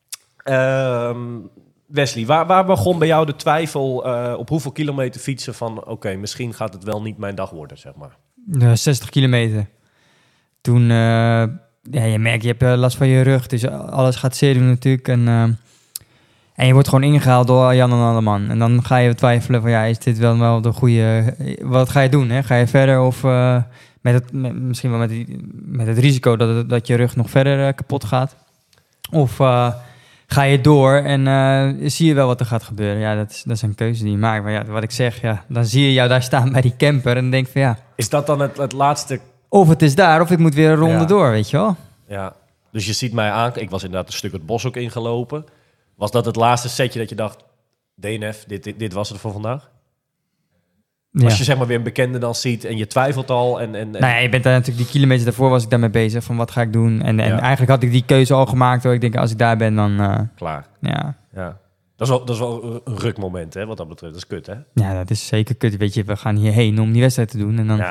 Wesley, waar begon bij jou de twijfel op hoeveel kilometer fietsen van... oké, misschien gaat het wel niet mijn dag worden, zeg maar. 60 kilometer. Toen, je merkt, je hebt last van je rug, dus alles gaat zeer doen natuurlijk. En je wordt gewoon ingehaald door Jan en Alleman. En dan ga je twijfelen van, is dit wel de goede... Wat ga je doen? Hè? Ga je verder of misschien wel met het risico dat je rug nog verder kapot gaat? Of ga je door en zie je wel wat er gaat gebeuren? Ja, dat is een keuze die je maakt. Maar wat ik zeg, dan zie je jou daar staan bij die camper en denk van Is dat dan het laatste... Of het is daar, of ik moet weer een ronde door, weet je wel? Ja, dus je ziet mij aan... Ik was inderdaad een stuk het bos ook ingelopen... Was dat het laatste setje dat je dacht... DNF, dit was het voor vandaag? Ja. Als je zeg maar weer een bekende dan ziet en je twijfelt al... Nee, je bent daar natuurlijk die kilometers daarvoor was ik daarmee bezig... van wat ga ik doen? En eigenlijk had ik die keuze al gemaakt... hoor. Ik denk, als ik daar ben, dan... Klaar. Ja. Dat is wel een rukmoment, hè, wat dat betreft. Dat is kut, hè? Ja, dat is zeker kut. Weet je, we gaan hierheen om die wedstrijd te doen. En dan...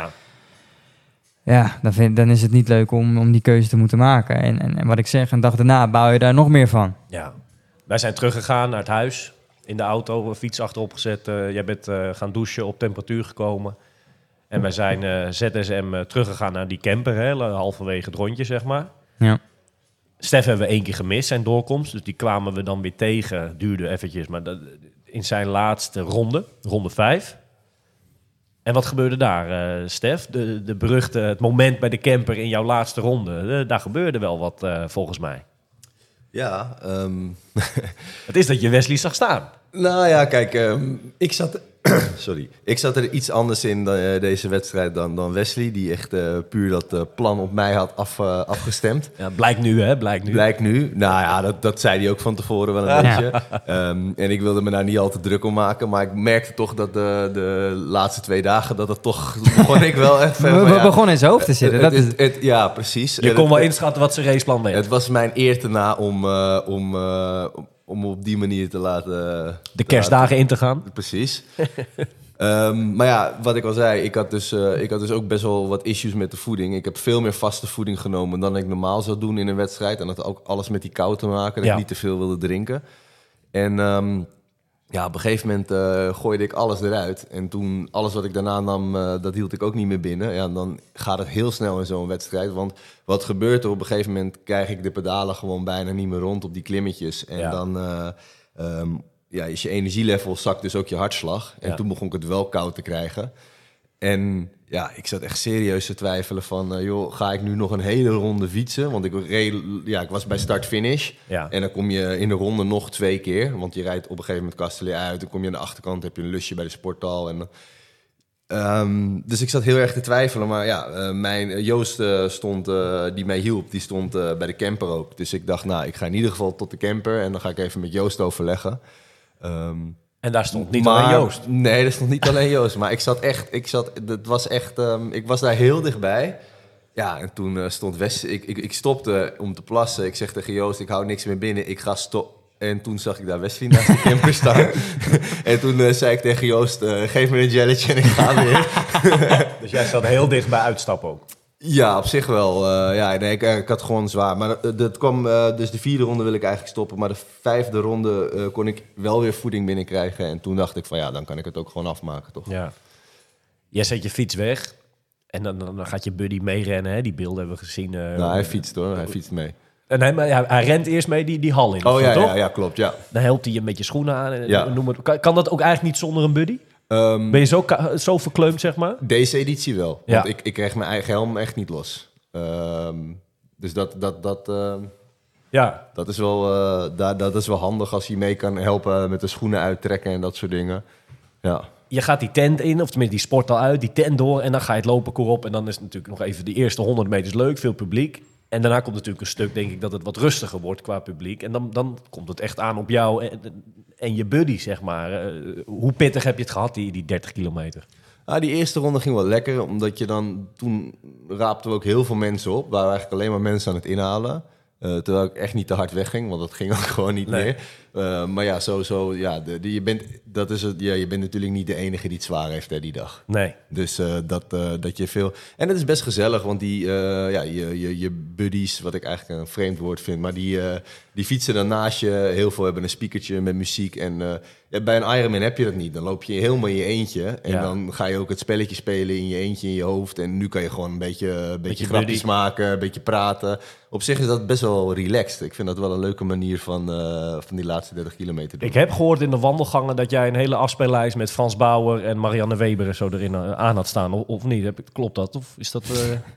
dan is het niet leuk om die keuze te moeten maken. En wat ik zeg, een dag daarna bouw je daar nog meer van. Ja. Wij zijn teruggegaan naar het huis, in de auto, een fiets achterop gezet. Jij bent gaan douchen, op temperatuur gekomen. En wij zijn ZSM teruggegaan naar die camper, hè, halverwege het rondje, zeg maar. Ja. Stef hebben we 1 keer gemist, zijn doorkomst. Dus die kwamen we dan weer tegen, duurde eventjes. Maar in zijn laatste ronde 5. En wat gebeurde daar, Stef? De beruchte, het moment bij de camper in jouw laatste ronde. Daar gebeurde wel wat, volgens mij. Ja. Het is dat je Wesley zag staan. Nou ja, kijk, ik zat Sorry. Ik zat er iets anders in deze wedstrijd dan Wesley. Die echt puur dat plan op mij had afgestemd. Ja, blijkt nu, hè? Blijkt nu. Nou ja, dat zei hij ook van tevoren wel een beetje. En ik wilde me daar niet al te druk om maken. Maar ik merkte toch dat de laatste 2 dagen... dat het toch begon ik wel even... We begonnen in zijn hoofd te zitten. Ja, precies. Je kon wel inschatten wat zijn raceplan werd. Het was mijn eer te na om op die manier te laten... De kerstdagen in te gaan. Precies. Maar ja, wat ik al zei, ik had dus ook best wel wat issues met de voeding. Ik heb veel meer vaste voeding genomen dan ik normaal zou doen in een wedstrijd. En dat had ook alles met die kou te maken, dat ik niet te veel wilde drinken. En op een gegeven moment gooide ik alles eruit. En toen, alles wat ik daarna nam, dat hield ik ook niet meer binnen. Ja, dan gaat het heel snel in zo'n wedstrijd. Want wat gebeurt er? Op een gegeven moment krijg ik de pedalen gewoon bijna niet meer rond op die klimmetjes. En dan... is je energielevel zakt dus ook je hartslag. En toen begon ik het wel koud te krijgen. En ja, ik zat echt serieus te twijfelen van... ga ik nu nog een hele ronde fietsen? Want ik was bij start-finish. Ja. En dan kom je in de ronde nog 2 keer. Want je rijdt op een gegeven moment Castellet uit. Dan kom je aan de achterkant, heb je een lusje bij de sporthal. En, dus ik zat heel erg te twijfelen. Maar ja, mijn Joost die mij hielp, die stond bij de camper ook. Dus ik dacht, ik ga in ieder geval tot de camper. En dan ga ik even met Joost overleggen. En daar stond niet alleen Joost. Nee, daar stond niet alleen Joost. Maar ik was daar heel dichtbij. Ja, en toen stond Wesley... Ik stopte om te plassen. Ik zeg tegen Joost, ik hou niks meer binnen. Ik ga stoppen. En toen zag ik daar Wesley naast de camper staan. En toen zei ik tegen Joost, geef me een jelletje en ik ga weer. Dus jij zat heel dicht bij uitstappen ook? Ja, op zich wel. Ik had gewoon zwaar. Maar dat kwam, dus de 4e ronde wil ik eigenlijk stoppen. Maar de 5e ronde kon ik wel weer voeding binnenkrijgen. En toen dacht ik van dan kan ik het ook gewoon afmaken, toch? Ja. Jij zet je fiets weg en dan gaat je buddy meerennen. Hè? Die beelden hebben we gezien. Hij fietst hoor, hij fietst mee. En hij rent eerst mee die hal in. Oh toch? Ja, klopt, ja. Dan helpt hij je met je schoenen aan. En noem het. Kan dat ook eigenlijk niet zonder een buddy? Ben je zo verkleumd, zeg maar? Deze editie wel. Want ik kreeg mijn eigen helm echt niet los. Dus dat is wel, dat is wel handig als je mee kan helpen met de schoenen uittrekken en dat soort dingen. Ja. Je gaat die tent in, of tenminste die sport al uit, die tent door. En dan ga je het lopen op. En dan is het natuurlijk nog even de eerste 100 meters leuk, veel publiek. En daarna komt natuurlijk een stuk, denk ik, dat het wat rustiger wordt qua publiek. En dan komt het echt aan op jou en je buddy, zeg maar. Hoe pittig heb je het gehad, die 30 kilometer? Die eerste ronde ging wel lekker, omdat toen raapten we ook heel veel mensen op. Waren eigenlijk alleen maar mensen aan het inhalen. Terwijl ik echt niet te hard wegging, want dat ging ook gewoon niet meer. Maar ja, je bent natuurlijk niet de enige die het zwaar heeft die dag. Nee. Dus dat je veel... En het is best gezellig, want je buddies, wat ik eigenlijk een vreemd woord vind, maar die fietsen dan naast je. Heel veel hebben een speakertje met muziek. En bij een Ironman heb je dat niet. Dan loop je helemaal in je eentje. En dan ga je ook het spelletje spelen in je eentje, in je hoofd. En nu kan je gewoon een beetje grapjes maken, een beetje praten. Op zich is dat best wel relaxed. Ik vind dat wel een leuke manier van die laatste 30 kilometer doen. Ik heb gehoord in de wandelgangen dat jij een hele afspeellijst met Frans Bauer en Marianne Weber en zo erin aan had staan. Of niet? Klopt dat? Of is dat...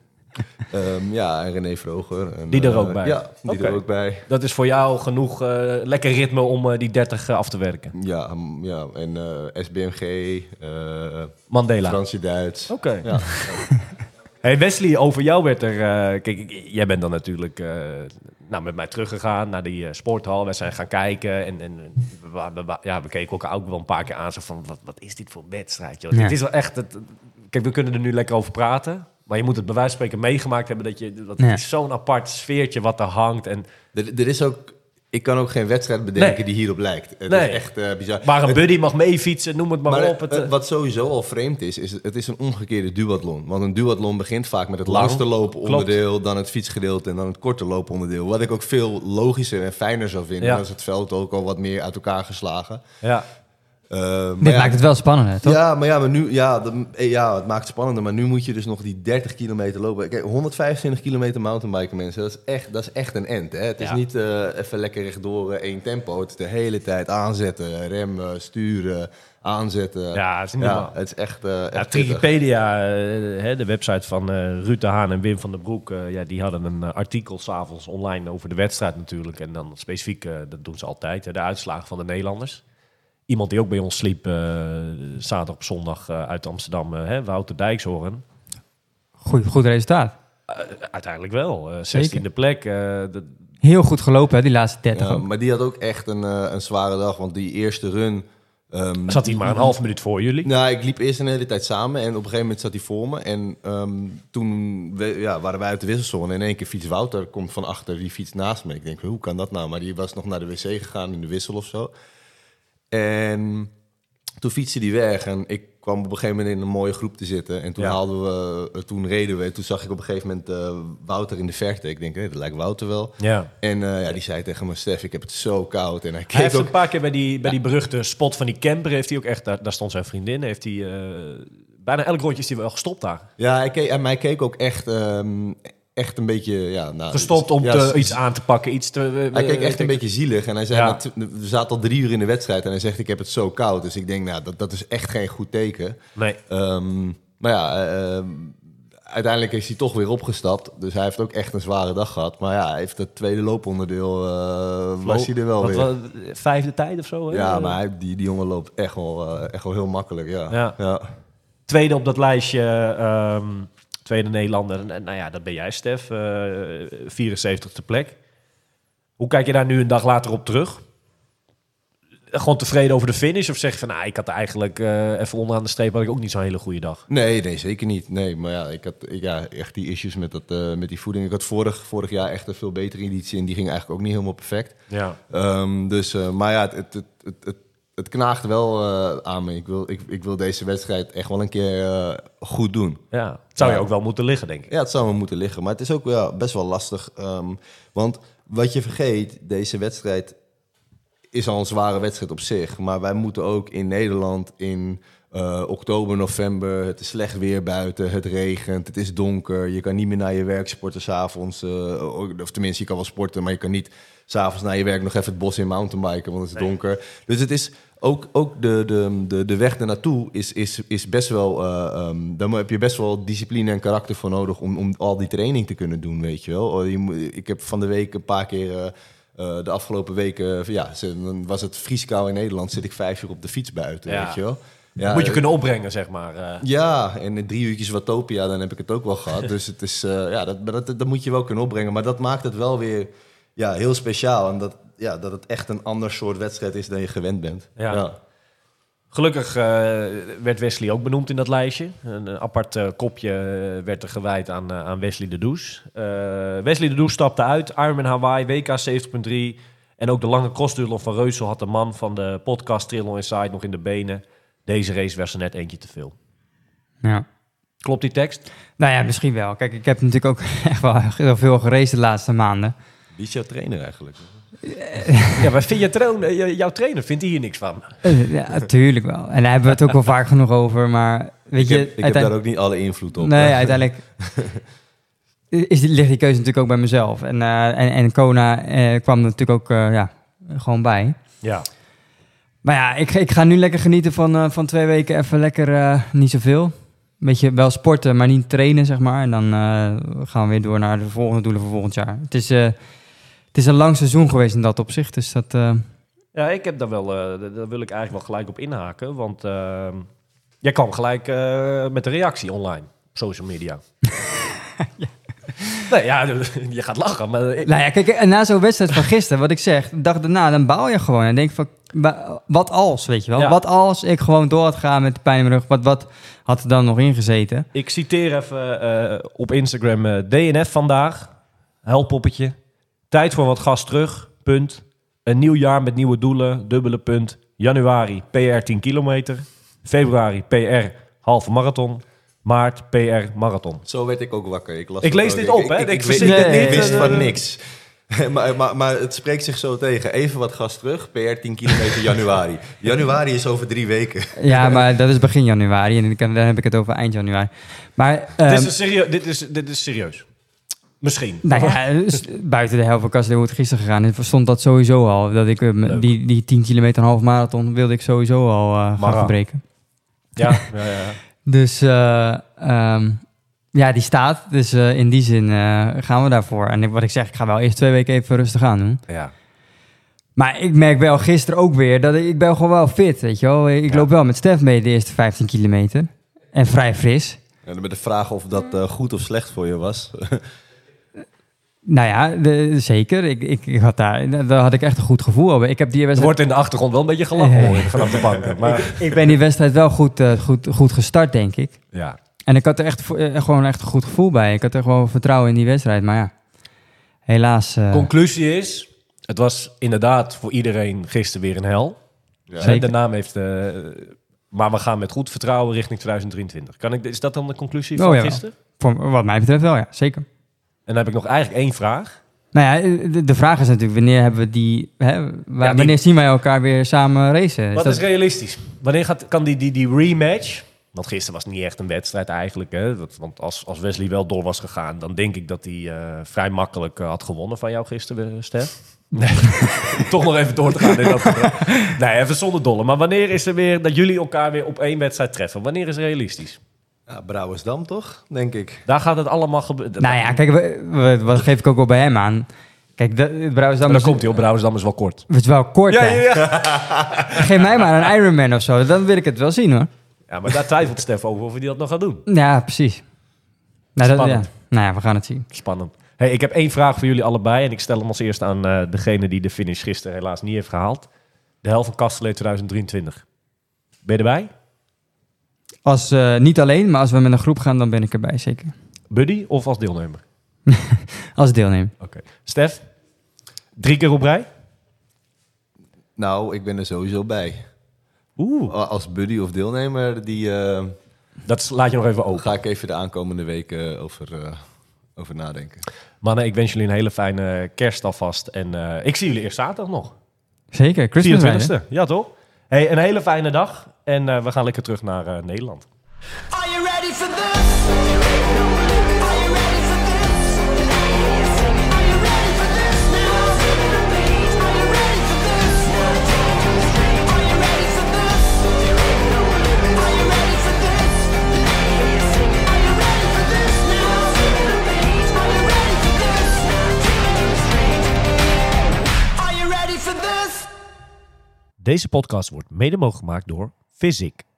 En René Vroger. En, die er ook bij? Ja, die er ook bij. Dat is voor jou genoeg lekker ritme om die 30 af te werken? Ja, en SBMG, Mandela. Fransje Duits. Oké. Ja. Hey Wesley, over jou werd er... kijk, jij bent dan natuurlijk met mij teruggegaan naar die sporthal. We zijn gaan kijken en we keken elkaar ook wel een paar keer aan. Zo van, wat is dit voor een wedstrijd? Joh? Ja. Het is wel echt... Kijk, we kunnen er nu lekker over praten. Maar je moet het bij wijze van spreken meegemaakt hebben. Dat is zo'n apart sfeertje wat er hangt. En er is ook... Ik kan ook geen wedstrijd bedenken die hierop lijkt. Het is echt bizar. Maar een buddy mag meefietsen, noem het maar op. Wat sowieso al vreemd is het is een omgekeerde duathlon. Want een duathlon begint vaak met het langste looponderdeel, dan het fietsgedeelte en dan het korte looponderdeel. Wat ik ook veel logischer en fijner zou vinden. Dan is het veld ook al wat meer uit elkaar geslagen. Ja. Dit maakt het wel spannender, toch? Maar nu, het maakt het spannender. Maar nu moet je dus nog die 30 kilometer lopen. Kijk, 125 kilometer mountainbiken, mensen. Dat is echt een end. Hè? Het is niet even lekker rechtdoor één tempo. Het is de hele tijd aanzetten, remmen, sturen, aanzetten. Ja, het is niet normaal. Het is echt Trigipedia, de website van Ruud de Haan en Wim van der Broek... die hadden een artikel 's avonds online over de wedstrijd natuurlijk. En dan specifiek, dat doen ze altijd, de uitslagen van de Nederlanders. iemand die ook bij ons sliep zaterdag op zondag uit Amsterdam, Wouter Dijkshoorn. Goed resultaat. Uiteindelijk wel. 16e plek. Heel goed gelopen, hè, die laatste 30 ook. Maar die had ook echt een zware dag, want die eerste run... zat hij maar een half minuut voor jullie? Nou, ik liep eerst een hele tijd samen en op een gegeven moment zat hij voor me. En toen waren wij uit de wisselzone en in één keer fiets Wouter, komt van achter, die fiets naast me. Ik denk, hoe kan dat nou? Maar die was nog naar de wc gegaan in de wissel of zo. En toen fietste die weg en ik kwam op een gegeven moment in een mooie groep te zitten. En toen reden we. Toen zag ik op een gegeven moment Wouter in de verte. Ik denk, dat lijkt Wouter wel. Ja. En die zei tegen me, Stef, ik heb het zo koud. En hij heeft ook een paar keer bij die beruchte spot van die camper, heeft hij ook echt, daar stond zijn vriendin, heeft hij bijna elk rondje is hij wel gestopt daar. Ja, hij keek ook echt een beetje... gestopt om iets aan te pakken. Hij keek echt een beetje zielig. En hij zei, we zaten al 3 uur in de wedstrijd. En hij zegt, ik heb het zo koud. Dus ik denk, dat is echt geen goed teken. Nee. Uiteindelijk is hij toch weer opgestapt. Dus hij heeft ook echt een zware dag gehad. Maar hij heeft het tweede looponderdeel... was hij er wel weer. 5e tijd of zo? Hè? Ja, maar die jongen loopt echt wel heel makkelijk. Ja. Tweede op dat lijstje... Tweede Nederlander, dat ben jij, Stef. 74e plek. Hoe kijk je daar nu een dag later op terug? Gewoon tevreden over de finish? Of zeg je van, ik had eigenlijk even onderaan de streep had ik ook niet zo'n hele goede dag? Nee, zeker niet. Nee, maar ik had echt die issues met die voeding. Ik had vorig jaar echt een veel betere editie en die ging eigenlijk ook niet helemaal perfect. Ja. Het knaagt wel aan me. Ik wil deze wedstrijd echt wel een keer goed doen. Ja, het zou je ook wel moeten liggen, denk ik. Ja, het zou wel moeten liggen. Maar het is ook best wel lastig. Want wat je vergeet, deze wedstrijd is al een zware wedstrijd op zich. Maar wij moeten ook in Nederland in oktober, november... Het is slecht weer buiten, het regent, het is donker. Je kan niet meer naar je werk sporten 's avonds. Of tenminste, je kan wel sporten, maar je kan niet... 's avonds na je werk nog even het bos in mountainbiken, want het is donker. Dus het is ook de weg ernaartoe is best wel... daar heb je best wel discipline en karakter voor nodig om al die training te kunnen doen, weet je wel. Ik heb van de week een paar keer... de afgelopen weken, dan was het vrieskou in Nederland, zit ik 5 uur op de fiets buiten, weet je wel. Ja, moet je kunnen opbrengen, zeg maar. Ja, en in 3 uurtjes Watopia, dan heb ik het ook wel gehad. Dus het is, dat moet je wel kunnen opbrengen. Maar dat maakt het wel weer heel speciaal. En dat het echt een ander soort wedstrijd is dan je gewend bent. Ja. Gelukkig werd Wesley ook benoemd in dat lijstje. Een apart kopje werd er gewijd aan Wesley de Does. Wesley de Does stapte uit. Ironman Hawaii, WK 70.3. En ook de lange crossduathlon van Reusel had de man van de podcast Triathlon Inside nog in de benen. Deze race was er net eentje te veel. Ja. Klopt die tekst? Nou ja, misschien wel. Kijk, ik heb natuurlijk ook echt wel heel veel geraced de laatste maanden. Wie is jouw trainer eigenlijk? Ja, maar vind jouw trainer vindt hier niks van? Ja, tuurlijk wel. En daar hebben we het ook wel vaak genoeg over. Maar weet je, ik heb daar ook niet alle invloed op. Nee, uiteindelijk ligt die keuze natuurlijk ook bij mezelf. En Kona kwam er natuurlijk ook gewoon bij. Ja. Maar ja, ik ga nu lekker genieten van 2 weken even lekker niet zoveel. Een beetje wel sporten, maar niet trainen, zeg maar. En dan gaan we weer door naar de volgende doelen voor volgend jaar. Het is een lang seizoen geweest in dat opzicht, dus dat... Ja, ik heb daar wil ik eigenlijk wel gelijk op inhaken. Want jij kwam gelijk met een reactie online, op social media. Ja. Nee, ja, je gaat lachen. Maar Nou ja, kijk, na zo'n wedstrijd van gisteren, wat ik zeg, de dag daarna, dan baal je gewoon. En denk van, wat als, weet je wel? Ja. Wat als ik gewoon door had gaan met de pijn in mijn rug? Wat had er dan nog ingezeten? ik citeer even op Instagram DNF vandaag. Helpoppetje. Tijd voor wat gas terug. Punt. Een nieuw jaar met nieuwe doelen. Dubbele punt. Januari PR 10 kilometer. Februari PR halve marathon. Maart PR marathon. Zo werd ik ook wakker. Ik lees dit op, hè? Ik wist van niks. maar het spreekt zich zo tegen. Even wat gas terug. PR 10 kilometer januari. Januari is over 3 weken. Ja, maar dat is begin januari. En dan heb ik het over eind januari. Maar, dit is serieus. Misschien. Nou ja, buiten de helft van Kasteel hoe het gisteren gegaan is, stond dat sowieso al. Dat ik die 10 kilometer en half marathon wilde ik sowieso al gaan verbreken. Ja. Dus die staat. Dus in die zin gaan we daarvoor. En wat ik zeg, ik ga wel eerst 2 weken even rustig aan doen. Ja. Maar ik merk wel gisteren ook weer dat ik ben gewoon wel fit, weet je wel. Ik loop wel met Stef mee de eerste 15 kilometer. En vrij fris. En dan met de vraag of dat goed of slecht voor je was. Nou ja, zeker. Ik had daar had ik echt een goed gevoel over. Ik heb die Er wedstrijd... wordt in de achtergrond wel een beetje gelachen hoor, vanaf de banken. Maar... Ik ben die wedstrijd wel goed gestart, denk ik. Ja. En ik had er gewoon echt een goed gevoel bij. Ik had er gewoon vertrouwen in die wedstrijd. Maar ja, helaas... Conclusie is, het was inderdaad voor iedereen gisteren weer een hel. Ja. Zeker. De naam heeft... maar we gaan met goed vertrouwen richting 2023. Is dat dan de conclusie van ja. gisteren? Wat mij betreft wel, ja. Zeker. En dan heb ik nog eigenlijk 1 vraag. Nou ja, de vraag is natuurlijk, wanneer hebben we die... Wanneer zien wij elkaar weer samen racen? Wat is realistisch? Wanneer kan die rematch... Want gisteren was het niet echt een wedstrijd eigenlijk. Hè? Want als Wesley wel door was gegaan... dan denk ik dat hij vrij makkelijk had gewonnen van jou gisteren, Stef. Nee, toch nog even door te gaan in dat gedrag. Nee, even zonder dolle. Maar wanneer is er weer dat jullie elkaar weer op 1 wedstrijd treffen? Wanneer is realistisch? Ja, Brouwersdam toch, denk ik. Daar gaat het allemaal gebeuren. Nou ja, kijk, wat geef ik ook wel bij hem aan. Kijk, Brouwersdam dan komt hij op. Brouwersdam is wel kort. Het is wel kort, Ja, hè? Geef mij maar een Ironman of zo. Dan wil ik het wel zien, hoor. Ja, maar daar twijfelt Stef over of hij dat nog gaat doen. Ja, precies. Spannend. Nou ja, we gaan het zien. Spannend. Hey, ik heb 1 vraag voor jullie allebei. En ik stel hem als eerst aan degene die de finish gisteren helaas niet heeft gehaald. De helft van Castellet 2023. Ben je erbij? Niet alleen, maar als we met een groep gaan, dan ben ik erbij, zeker. Buddy of als deelnemer? Als deelnemer. Oké. Stef? 3 keer op rij? Nou, ik ben er sowieso bij. Als buddy of deelnemer, Dat laat je nog even open. ga ik even de aankomende weken over nadenken. Mannen, ik wens jullie een hele fijne kerst alvast. En ik zie jullie eerst zaterdag nog. Zeker, Christmas ride, hè? 24e. Ja, toch? Hey, een hele fijne dag. En we gaan lekker terug naar Nederland. Are you ready for this? Are you ready for this? Are you ready for this now? Are you ready for this? Are you ready for this? Are you ready for this? Are you ready for this now? Are you ready for this? Are you ready for this? Deze podcast wordt mede mogelijk gemaakt door Physic.